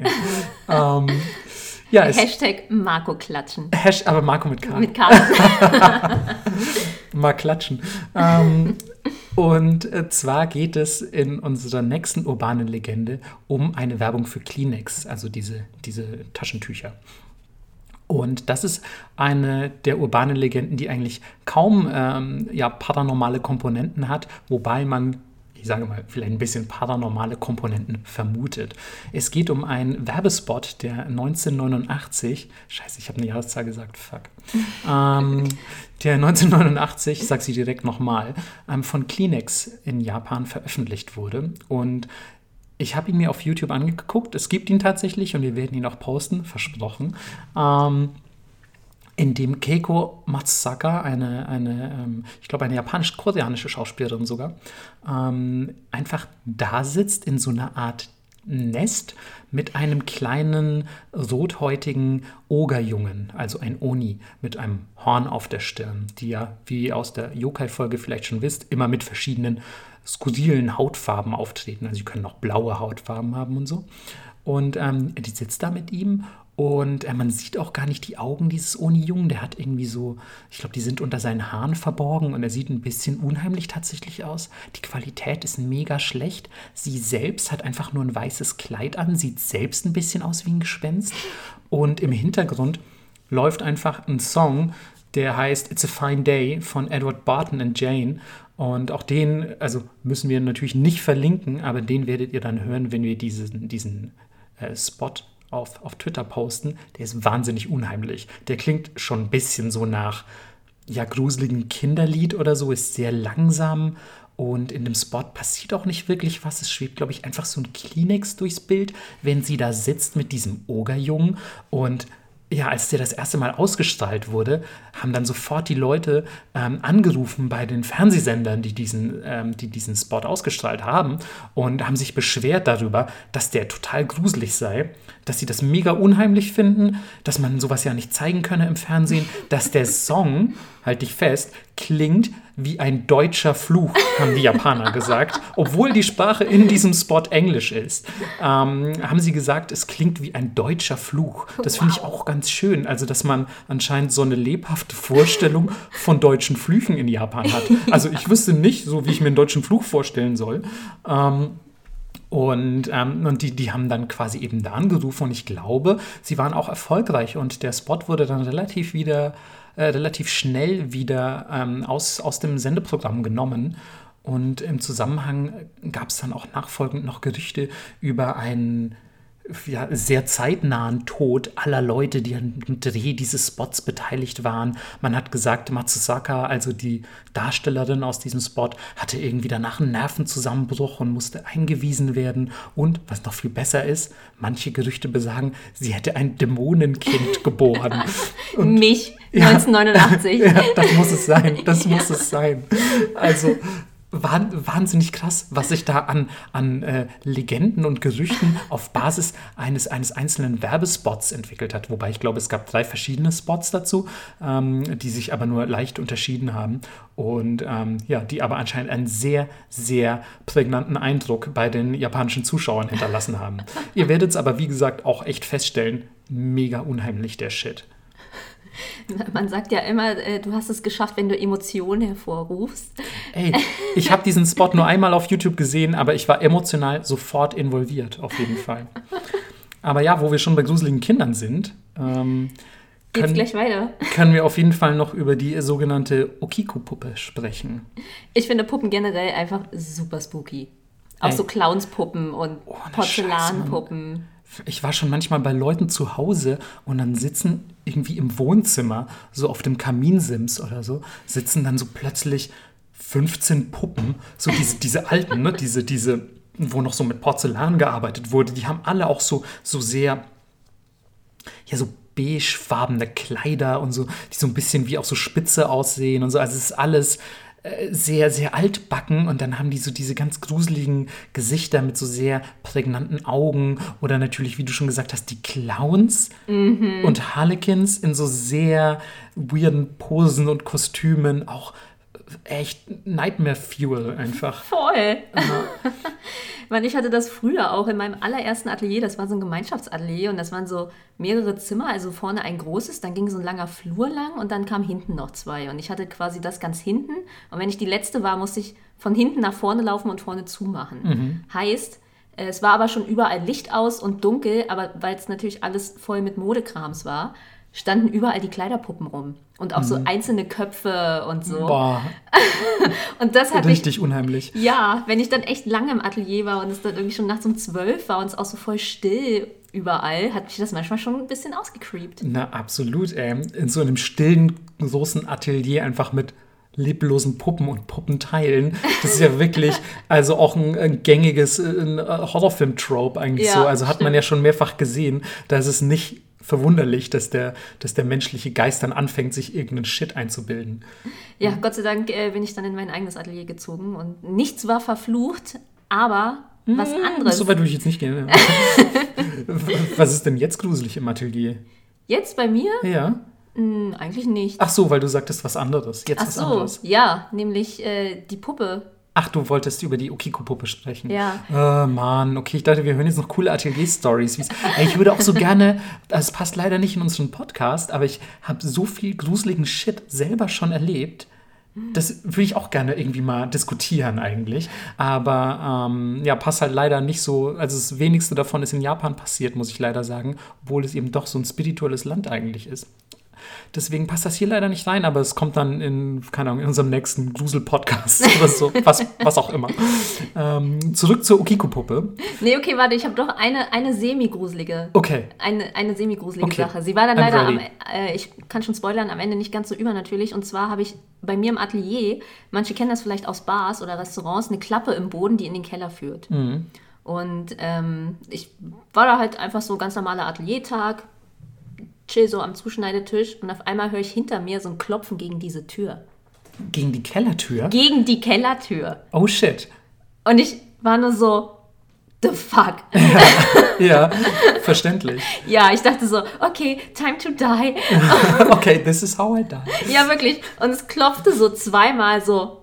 Hashtag Marco klatschen. Aber Marco mit K. Mit K. Mal klatschen. Und zwar geht es in unserer nächsten urbanen Legende um eine Werbung für Kleenex, also diese Taschentücher. Und das ist eine der urbanen Legenden, die eigentlich kaum paranormale Komponenten hat, wobei man, ich sage mal, vielleicht ein bisschen paranormale Komponenten vermutet. Es geht um einen Werbespot, der 1989, scheiße, ich habe eine Jahreszahl gesagt, fuck, der 1989, ich sage sie direkt nochmal, von Kleenex in Japan veröffentlicht wurde. Und ich habe ihn mir auf YouTube angeguckt, es gibt ihn tatsächlich und wir werden ihn auch posten, versprochen. In dem Keiko Matsuzaka, ich glaube, eine japanisch-koreanische Schauspielerin sogar, einfach da sitzt in so einer Art Nest mit einem kleinen, rothäutigen Ogerjungen, also ein Oni mit einem Horn auf der Stirn, die ja, wie ihr aus der Yokai-Folge vielleicht schon wisst, immer mit verschiedenen skurrilen Hautfarben auftreten. Also sie können auch blaue Hautfarben haben und so. Und die sitzt da mit ihm und man sieht auch gar nicht die Augen dieses Oni-Jungen. Der hat irgendwie so, ich glaube, die sind unter seinen Haaren verborgen und er sieht ein bisschen unheimlich tatsächlich aus. Die Qualität ist mega schlecht. Sie selbst hat einfach nur ein weißes Kleid an, sieht selbst ein bisschen aus wie ein Gespenst. Und im Hintergrund läuft einfach ein Song, der heißt It's a Fine Day von Edward Barton and Jane. Und auch den, also müssen wir natürlich nicht verlinken, aber den werdet ihr dann hören, wenn wir diesen Spot auf Twitter posten. Der ist wahnsinnig unheimlich. Der klingt schon ein bisschen so nach gruseligen Kinderlied oder so, ist sehr langsam und in dem Spot passiert auch nicht wirklich was. Es schwebt, glaube ich, einfach so ein Kleenex durchs Bild, wenn sie da sitzt mit diesem Ogerjungen. Und ja, als der das erste Mal ausgestrahlt wurde, haben dann sofort die Leute angerufen bei den Fernsehsendern, die diesen Spot ausgestrahlt haben und haben sich beschwert darüber, dass der total gruselig sei, dass sie das mega unheimlich finden, dass man sowas ja nicht zeigen könne im Fernsehen, dass der Song, halt dich fest, klingt wie ein deutscher Fluch, haben die Japaner gesagt. Obwohl die Sprache in diesem Spot Englisch ist, haben sie gesagt, es klingt wie ein deutscher Fluch. Das finde ich auch ganz schön. Also, dass man anscheinend so eine lebhafte Vorstellung von deutschen Flüchen in Japan hat. Also, ich wüsste nicht, so wie ich mir einen deutschen Fluch vorstellen soll. Und die haben dann quasi eben da angerufen und ich glaube, sie waren auch erfolgreich und der Spot wurde dann relativ schnell wieder aus dem Sendeprogramm genommen. Und im Zusammenhang gab es dann auch nachfolgend noch Gerüchte über einen sehr zeitnahen Tod aller Leute, die am Dreh dieses Spots beteiligt waren. Man hat gesagt, Matsusaka, also die Darstellerin aus diesem Spot, hatte irgendwie danach einen Nervenzusammenbruch und musste eingewiesen werden. Und, was noch viel besser ist, manche Gerüchte besagen, sie hätte ein Dämonenkind geboren. Und, mich, 1989. Ja, das muss es sein. Also wahnsinnig krass, was sich da an Legenden und Gerüchten auf Basis eines einzelnen Werbespots entwickelt hat. Wobei ich glaube, es gab 3 verschiedene Spots dazu, die sich aber nur leicht unterschieden haben. Und die aber anscheinend einen sehr, sehr prägnanten Eindruck bei den japanischen Zuschauern hinterlassen haben. Ihr werdet es aber, wie gesagt, auch echt feststellen, mega unheimlich der Shit. Man sagt ja immer, du hast es geschafft, wenn du Emotionen hervorrufst. Ey, ich habe diesen Spot nur einmal auf YouTube gesehen, aber ich war emotional sofort involviert, auf jeden Fall. Aber ja, wo wir schon bei gruseligen Kindern sind, geht's gleich weiter. Können wir auf jeden Fall noch über die sogenannte Okiku-Puppe sprechen. Ich finde Puppen generell einfach super spooky. Auch so Clownspuppen und Porzellanpuppen. Ich war schon manchmal bei Leuten zu Hause und dann sitzen irgendwie im Wohnzimmer, so auf dem Kaminsims oder so, sitzen dann so plötzlich 15 Puppen, so diese alten, ne, diese, wo noch so mit Porzellan gearbeitet wurde, die haben alle auch so sehr, ja, so beigefarbene Kleider und so, die so ein bisschen wie auch so spitze aussehen und so, also es ist alles sehr, sehr altbacken und dann haben die so diese ganz gruseligen Gesichter mit so sehr prägnanten Augen oder natürlich, wie du schon gesagt hast, die Clowns und Harlequins in so sehr weirden Posen und Kostümen, auch echt Nightmare-Fuel einfach. Voll! Weil ich hatte das früher auch in meinem allerersten Atelier, das war so ein Gemeinschaftsatelier und das waren so mehrere Zimmer, also vorne ein großes, dann ging so ein langer Flur lang und dann kamen hinten noch 2 und ich hatte quasi das ganz hinten und wenn ich die letzte war, musste ich von hinten nach vorne laufen und vorne zumachen. Heißt, es war aber schon überall Licht aus und dunkel, aber weil es natürlich alles voll mit Modekrams war, standen überall die Kleiderpuppen rum. Und auch so einzelne Köpfe und so. Boah. Und das hat richtig unheimlich. Ja, wenn ich dann echt lange im Atelier war und es dann irgendwie schon nachts um 12 war und es auch so voll still überall, hat mich das manchmal schon ein bisschen ausgecreept. Na, absolut, ey. In so einem stillen, großen Atelier einfach mit leblosen Puppen und Puppenteilen. Das ist ja wirklich, also auch ein gängiges Horrorfilm-Trope eigentlich so. Also hat man ja schon mehrfach gesehen. Da ist es nicht verwunderlich, dass der menschliche Geist dann anfängt, sich irgendeinen Shit einzubilden. Ja, Gott sei Dank bin ich dann in mein eigenes Atelier gezogen und nichts war verflucht, aber was anderes. So weit würde ich jetzt nicht gehen. Was ist denn jetzt gruselig im Atelier? Jetzt bei mir? Ja. Eigentlich nicht. Ach so, weil du sagtest was anderes. Jetzt was anderes. Ja, nämlich die Puppe. Ach, du wolltest über die Okiku-Puppe sprechen. Ja. Mann, okay, ich dachte, wir hören jetzt noch coole Atelier-Stories. Ich würde auch so gerne, das passt leider nicht in unseren Podcast, aber ich habe so viel gruseligen Shit selber schon erlebt. Das würde ich auch gerne irgendwie mal diskutieren eigentlich. Aber passt halt leider nicht so, also das wenigste davon ist in Japan passiert, muss ich leider sagen, obwohl es eben doch so ein spirituelles Land eigentlich ist. Deswegen passt das hier leider nicht rein, aber es kommt dann in unserem nächsten Grusel-Podcast oder so, was auch immer. Zurück zur Okiku-Puppe. Nee, okay, warte, ich habe doch eine semi-gruselige. Okay. Eine semi-gruselige Sache. Sie war dann leider, ich kann schon spoilern, am Ende nicht ganz so übernatürlich. Und zwar habe ich bei mir im Atelier, manche kennen das vielleicht aus Bars oder Restaurants, eine Klappe im Boden, die in den Keller führt. Und ich war da halt einfach so ganz normaler Ateliertag, chill so am Zuschneidetisch und auf einmal höre ich hinter mir so ein Klopfen gegen diese Tür. Gegen die Kellertür? Gegen die Kellertür. Oh shit. Und ich war nur so, the fuck? Ja, verständlich. Ja, ich dachte so, okay, time to die. Okay, this is how I die. Ja, wirklich. Und es klopfte so 2-mal so.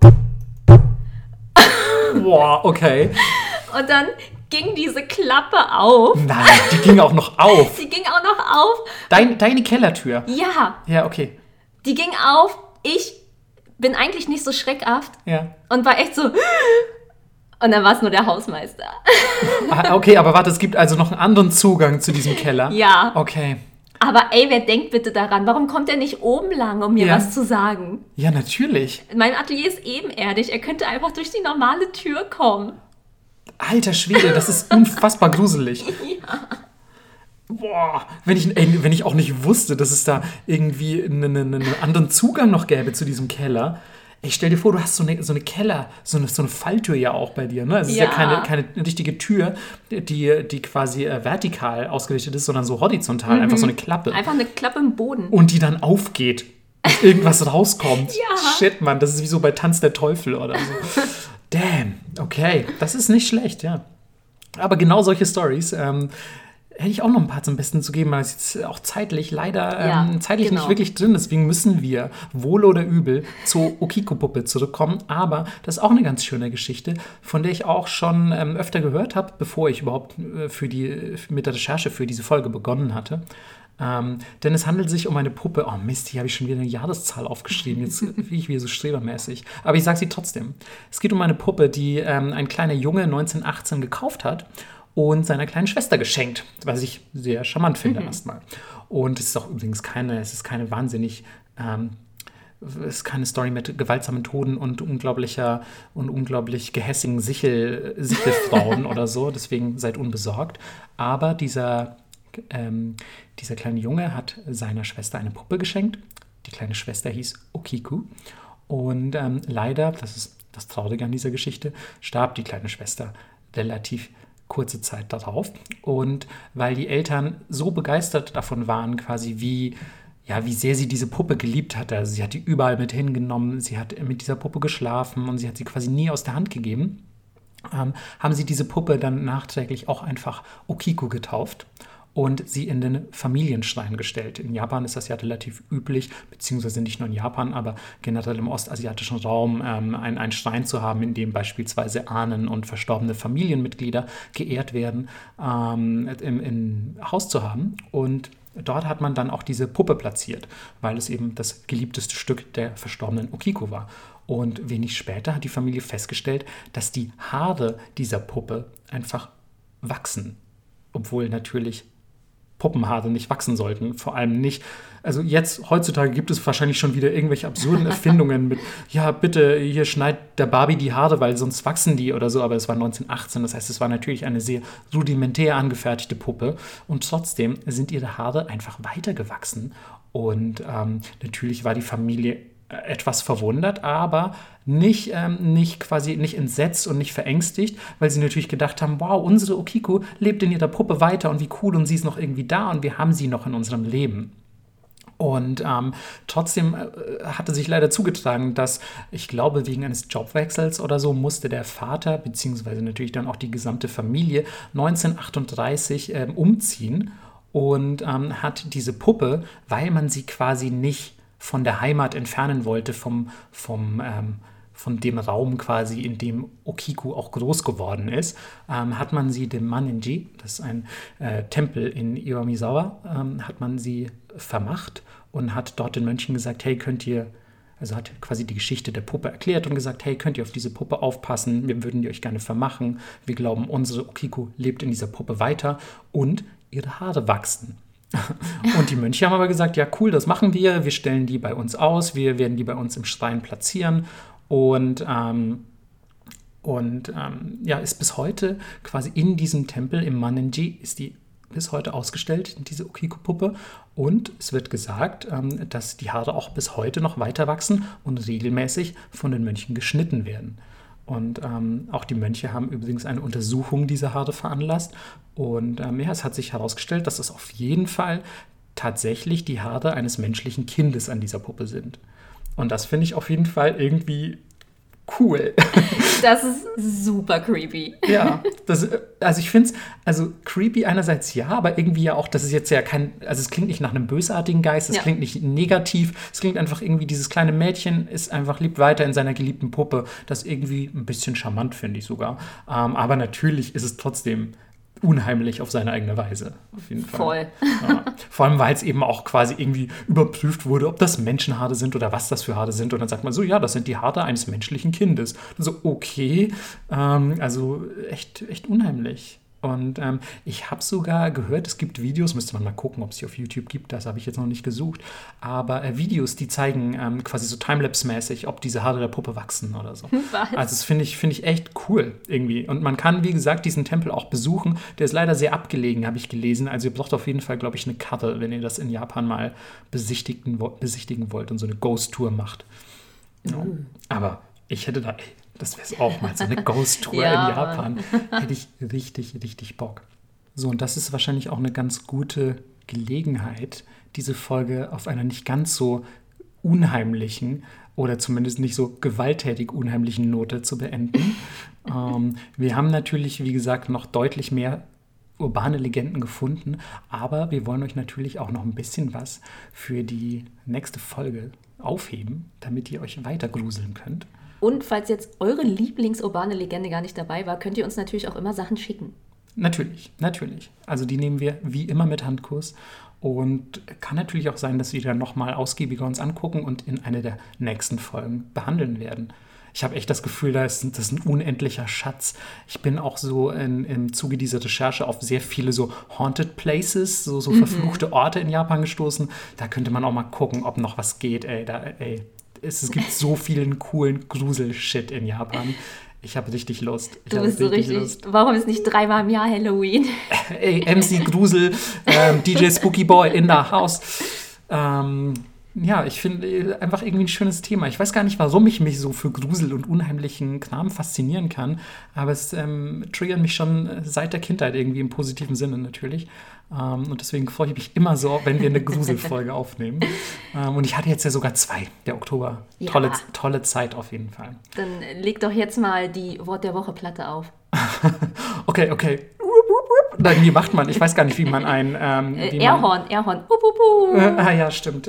Wow, okay. Und dann ging diese Klappe auf. Nein, die ging auch noch auf. Die ging auch noch auf. Deine Kellertür? Ja. Ja, okay. Die ging auf. Ich bin eigentlich nicht so schreckhaft. Ja. Und war echt so. Und dann war es nur der Hausmeister. Okay, aber warte, es gibt also noch einen anderen Zugang zu diesem Keller? Ja. Okay. Aber ey, wer denkt bitte daran? Warum kommt er nicht oben lang, um mir was zu sagen? Ja, natürlich. Mein Atelier ist ebenerdig. Er könnte einfach durch die normale Tür kommen. Alter Schwede, das ist unfassbar gruselig. Ja. Boah, wenn ich auch nicht wusste, dass es da irgendwie einen anderen Zugang noch gäbe zu diesem Keller. Ich stell dir vor, du hast so eine Keller, so eine Falltür ja auch bei dir. Ne? Es ist ja keine richtige Tür, die quasi vertikal ausgerichtet ist, sondern so horizontal, einfach so eine Klappe. Einfach eine Klappe im Boden. Und die dann aufgeht und irgendwas rauskommt. Ja. Shit, Mann, das ist wie so bei Tanz der Teufel oder so. Damn, okay, das ist nicht schlecht, ja. Aber genau solche Storys hätte ich auch noch ein paar zum Besten zu geben, weil es jetzt auch zeitlich leider nicht wirklich drin ist. Deswegen müssen wir, wohl oder übel, zur Okiko-Puppe zurückkommen. Aber das ist auch eine ganz schöne Geschichte, von der ich auch schon öfter gehört habe, bevor ich überhaupt mit der Recherche für diese Folge begonnen hatte. Denn es handelt sich um eine Puppe. Oh Mist, hier habe ich schon wieder eine Jahreszahl aufgeschrieben. Jetzt wie ich wieder so strebermäßig. Aber ich sage sie trotzdem. Es geht um eine Puppe, die ein kleiner Junge 1918 gekauft hat und seiner kleinen Schwester geschenkt, was ich sehr charmant finde erstmal. Und es ist auch übrigens keine Story mit gewaltsamen Toten und unglaublich gehässigen Sichelfrauen oder so, deswegen seid unbesorgt. Aber dieser kleine Junge hat seiner Schwester eine Puppe geschenkt. Die kleine Schwester hieß Okiku. Und leider, das ist das Traurige an dieser Geschichte, starb die kleine Schwester relativ kurze Zeit darauf. Und weil die Eltern so begeistert davon waren, quasi wie sehr sie diese Puppe geliebt hatte. Also sie hat die überall mit hingenommen, sie hat mit dieser Puppe geschlafen und sie hat sie quasi nie aus der Hand gegeben, haben sie diese Puppe dann nachträglich auch einfach Okiku getauft und sie in den Familienschrein gestellt. In Japan ist das ja relativ üblich, beziehungsweise nicht nur in Japan, aber generell im ostasiatischen Raum einen Schrein zu haben, in dem beispielsweise Ahnen und verstorbene Familienmitglieder geehrt werden, im Haus zu haben. Und dort hat man dann auch diese Puppe platziert, weil es eben das geliebteste Stück der verstorbenen Okiku war. Und wenig später hat die Familie festgestellt, dass die Haare dieser Puppe einfach wachsen, obwohl natürlich Puppenhaare nicht wachsen sollten, vor allem nicht. Also jetzt, heutzutage gibt es wahrscheinlich schon wieder irgendwelche absurden Erfindungen mit, ja bitte, hier schneid der Barbie die Haare, weil sonst wachsen die oder so, aber es war 1918, das heißt, es war natürlich eine sehr rudimentär angefertigte Puppe und trotzdem sind ihre Haare einfach weitergewachsen und natürlich war die Familie etwas verwundert, aber nicht entsetzt und nicht verängstigt, weil sie natürlich gedacht haben, wow, unsere Okiku lebt in ihrer Puppe weiter und wie cool und sie ist noch irgendwie da und wir haben sie noch in unserem Leben. Und trotzdem hatte sich leider zugetragen, dass, ich glaube, wegen eines Jobwechsels oder so, musste der Vater, beziehungsweise natürlich dann auch die gesamte Familie, 1938 umziehen und hat diese Puppe, weil man sie quasi nicht von der Heimat entfernen wollte, von dem Raum quasi, in dem Okiku auch groß geworden ist, hat man sie dem Maninji, das ist ein Tempel in Iwamizawa, hat man sie vermacht und hat dort den Mönchen gesagt, hey, hat quasi die Geschichte der Puppe erklärt und gesagt, hey, könnt ihr auf diese Puppe aufpassen, wir würden die euch gerne vermachen, wir glauben, unsere Okiku lebt in dieser Puppe weiter und ihre Haare wachsen. Und die Mönche haben aber gesagt, ja cool, das machen wir stellen die bei uns aus, wir werden die bei uns im Schrein platzieren und ist bis heute quasi in diesem Tempel im Maninji, ist die bis heute ausgestellt, diese Okiku-Puppe und es wird gesagt, dass die Haare auch bis heute noch weiter wachsen und regelmäßig von den Mönchen geschnitten werden. Und auch die Mönche haben übrigens eine Untersuchung dieser Haare veranlasst. Und es hat sich herausgestellt, dass es auf jeden Fall tatsächlich die Haare eines menschlichen Kindes an dieser Puppe sind. Und das finde ich auf jeden Fall irgendwie cool. Das ist super creepy. Ja, ich finde es, creepy einerseits ja, aber irgendwie ja auch, das ist jetzt ja es klingt nicht nach einem bösartigen Geist, es klingt nicht negativ, es klingt einfach irgendwie, dieses kleine Mädchen lebt weiter in seiner geliebten Puppe, das irgendwie ein bisschen charmant, finde ich sogar. Aber natürlich ist es trotzdem unheimlich auf seine eigene Weise. Auf jeden Fall. Voll. Ja. Vor allem, weil es eben auch quasi irgendwie überprüft wurde, ob das Menschenhaare sind oder was das für Haare sind. Und dann sagt man so, ja, das sind die Haare eines menschlichen Kindes. Und so, okay, echt unheimlich. Und ich habe sogar gehört, es gibt Videos, müsste man mal gucken, ob es die auf YouTube gibt, das habe ich jetzt noch nicht gesucht, aber Videos, die zeigen quasi so Timelapse-mäßig, ob diese Haare der Puppe wachsen oder so. Was? Also das finde ich echt cool irgendwie. Und man kann, wie gesagt, diesen Tempel auch besuchen. Der ist leider sehr abgelegen, habe ich gelesen. Also ihr braucht auf jeden Fall, glaube ich, eine Karte, wenn ihr das in Japan mal besichtigen wollt und so eine Ghost-Tour macht. Ja. Aber ich hätte da... Das wäre es auch mal, so eine Ghost-Tour Ja, in Japan. Hätte ich richtig, richtig Bock. So, und das ist wahrscheinlich auch eine ganz gute Gelegenheit, diese Folge auf einer nicht ganz so unheimlichen oder zumindest nicht so gewalttätig unheimlichen Note zu beenden. Wir haben natürlich, wie gesagt, noch deutlich mehr urbane Legenden gefunden, aber wir wollen euch natürlich auch noch ein bisschen was für die nächste Folge aufheben, damit ihr euch weiter gruseln könnt. Und falls jetzt eure Lieblingsurbane Legende gar nicht dabei war, könnt ihr uns natürlich auch immer Sachen schicken. Natürlich. Also die nehmen wir wie immer mit Handkurs. Und kann natürlich auch sein, dass wir dann nochmal ausgiebiger uns angucken und in einer der nächsten Folgen behandeln werden. Ich habe echt das Gefühl, das ist ein unendlicher Schatz. Ich bin auch so im Zuge dieser Recherche auf sehr viele so Haunted Places, so verfluchte Orte in Japan gestoßen. Da könnte man auch mal gucken, ob noch was geht. Es gibt so vielen coolen Grusel-Shit in Japan. Ich habe richtig Lust. Du bist so richtig Lust. Warum ist nicht 3-mal im Jahr Halloween? Ey, MC Grusel, DJ Spooky Boy in the house. Ja, ich finde einfach irgendwie ein schönes Thema. Ich weiß gar nicht, warum ich mich so für Grusel und unheimlichen Kram faszinieren kann, aber es triggert mich schon seit der Kindheit irgendwie im positiven Sinne natürlich. Und deswegen freue ich mich immer so, wenn wir eine Gruselfolge aufnehmen. Und ich hatte jetzt ja sogar 2, der Oktober. Ja. Tolle Zeit auf jeden Fall. Dann leg doch jetzt mal die Wort der Woche Platte auf. Okay. Nein, wie macht man? Ich weiß gar nicht, wie man ein... Airhorn. Ja, stimmt.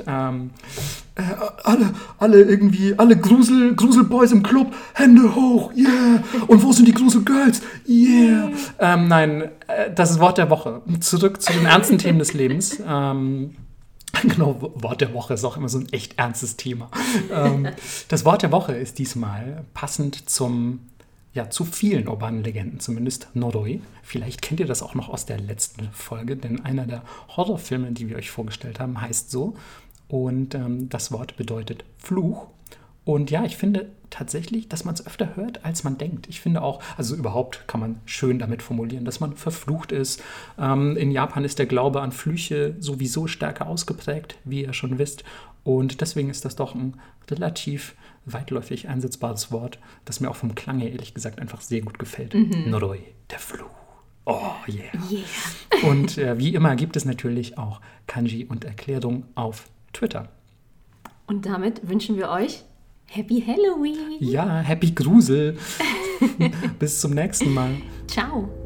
Alle Gruselboys im Club, Hände hoch, yeah. Und wo sind die Gruselgirls? Yeah. Nein, das Wort der Woche. Zurück zu den ernsten Themen des Lebens. Genau, Wort der Woche ist auch immer so ein echt ernstes Thema. Das Wort der Woche ist diesmal passend zu vielen urbanen Legenden, zumindest Noroi. Vielleicht kennt ihr das auch noch aus der letzten Folge, denn einer der Horrorfilme, die wir euch vorgestellt haben, heißt so. Und das Wort bedeutet Fluch. Und ja, ich finde tatsächlich, dass man es öfter hört, als man denkt. Ich finde auch, also überhaupt kann man schön damit formulieren, dass man verflucht ist. In Japan ist der Glaube an Flüche sowieso stärker ausgeprägt, wie ihr schon wisst. Und deswegen ist das doch ein relativ weitläufig einsetzbares Wort, das mir auch vom Klang her ehrlich gesagt einfach sehr gut gefällt. Noroi, der Fluch. Oh yeah. Und wie immer gibt es natürlich auch Kanji und Erklärung auf Twitter. Und damit wünschen wir euch Happy Halloween. Ja, Happy Grusel. Bis zum nächsten Mal. Ciao.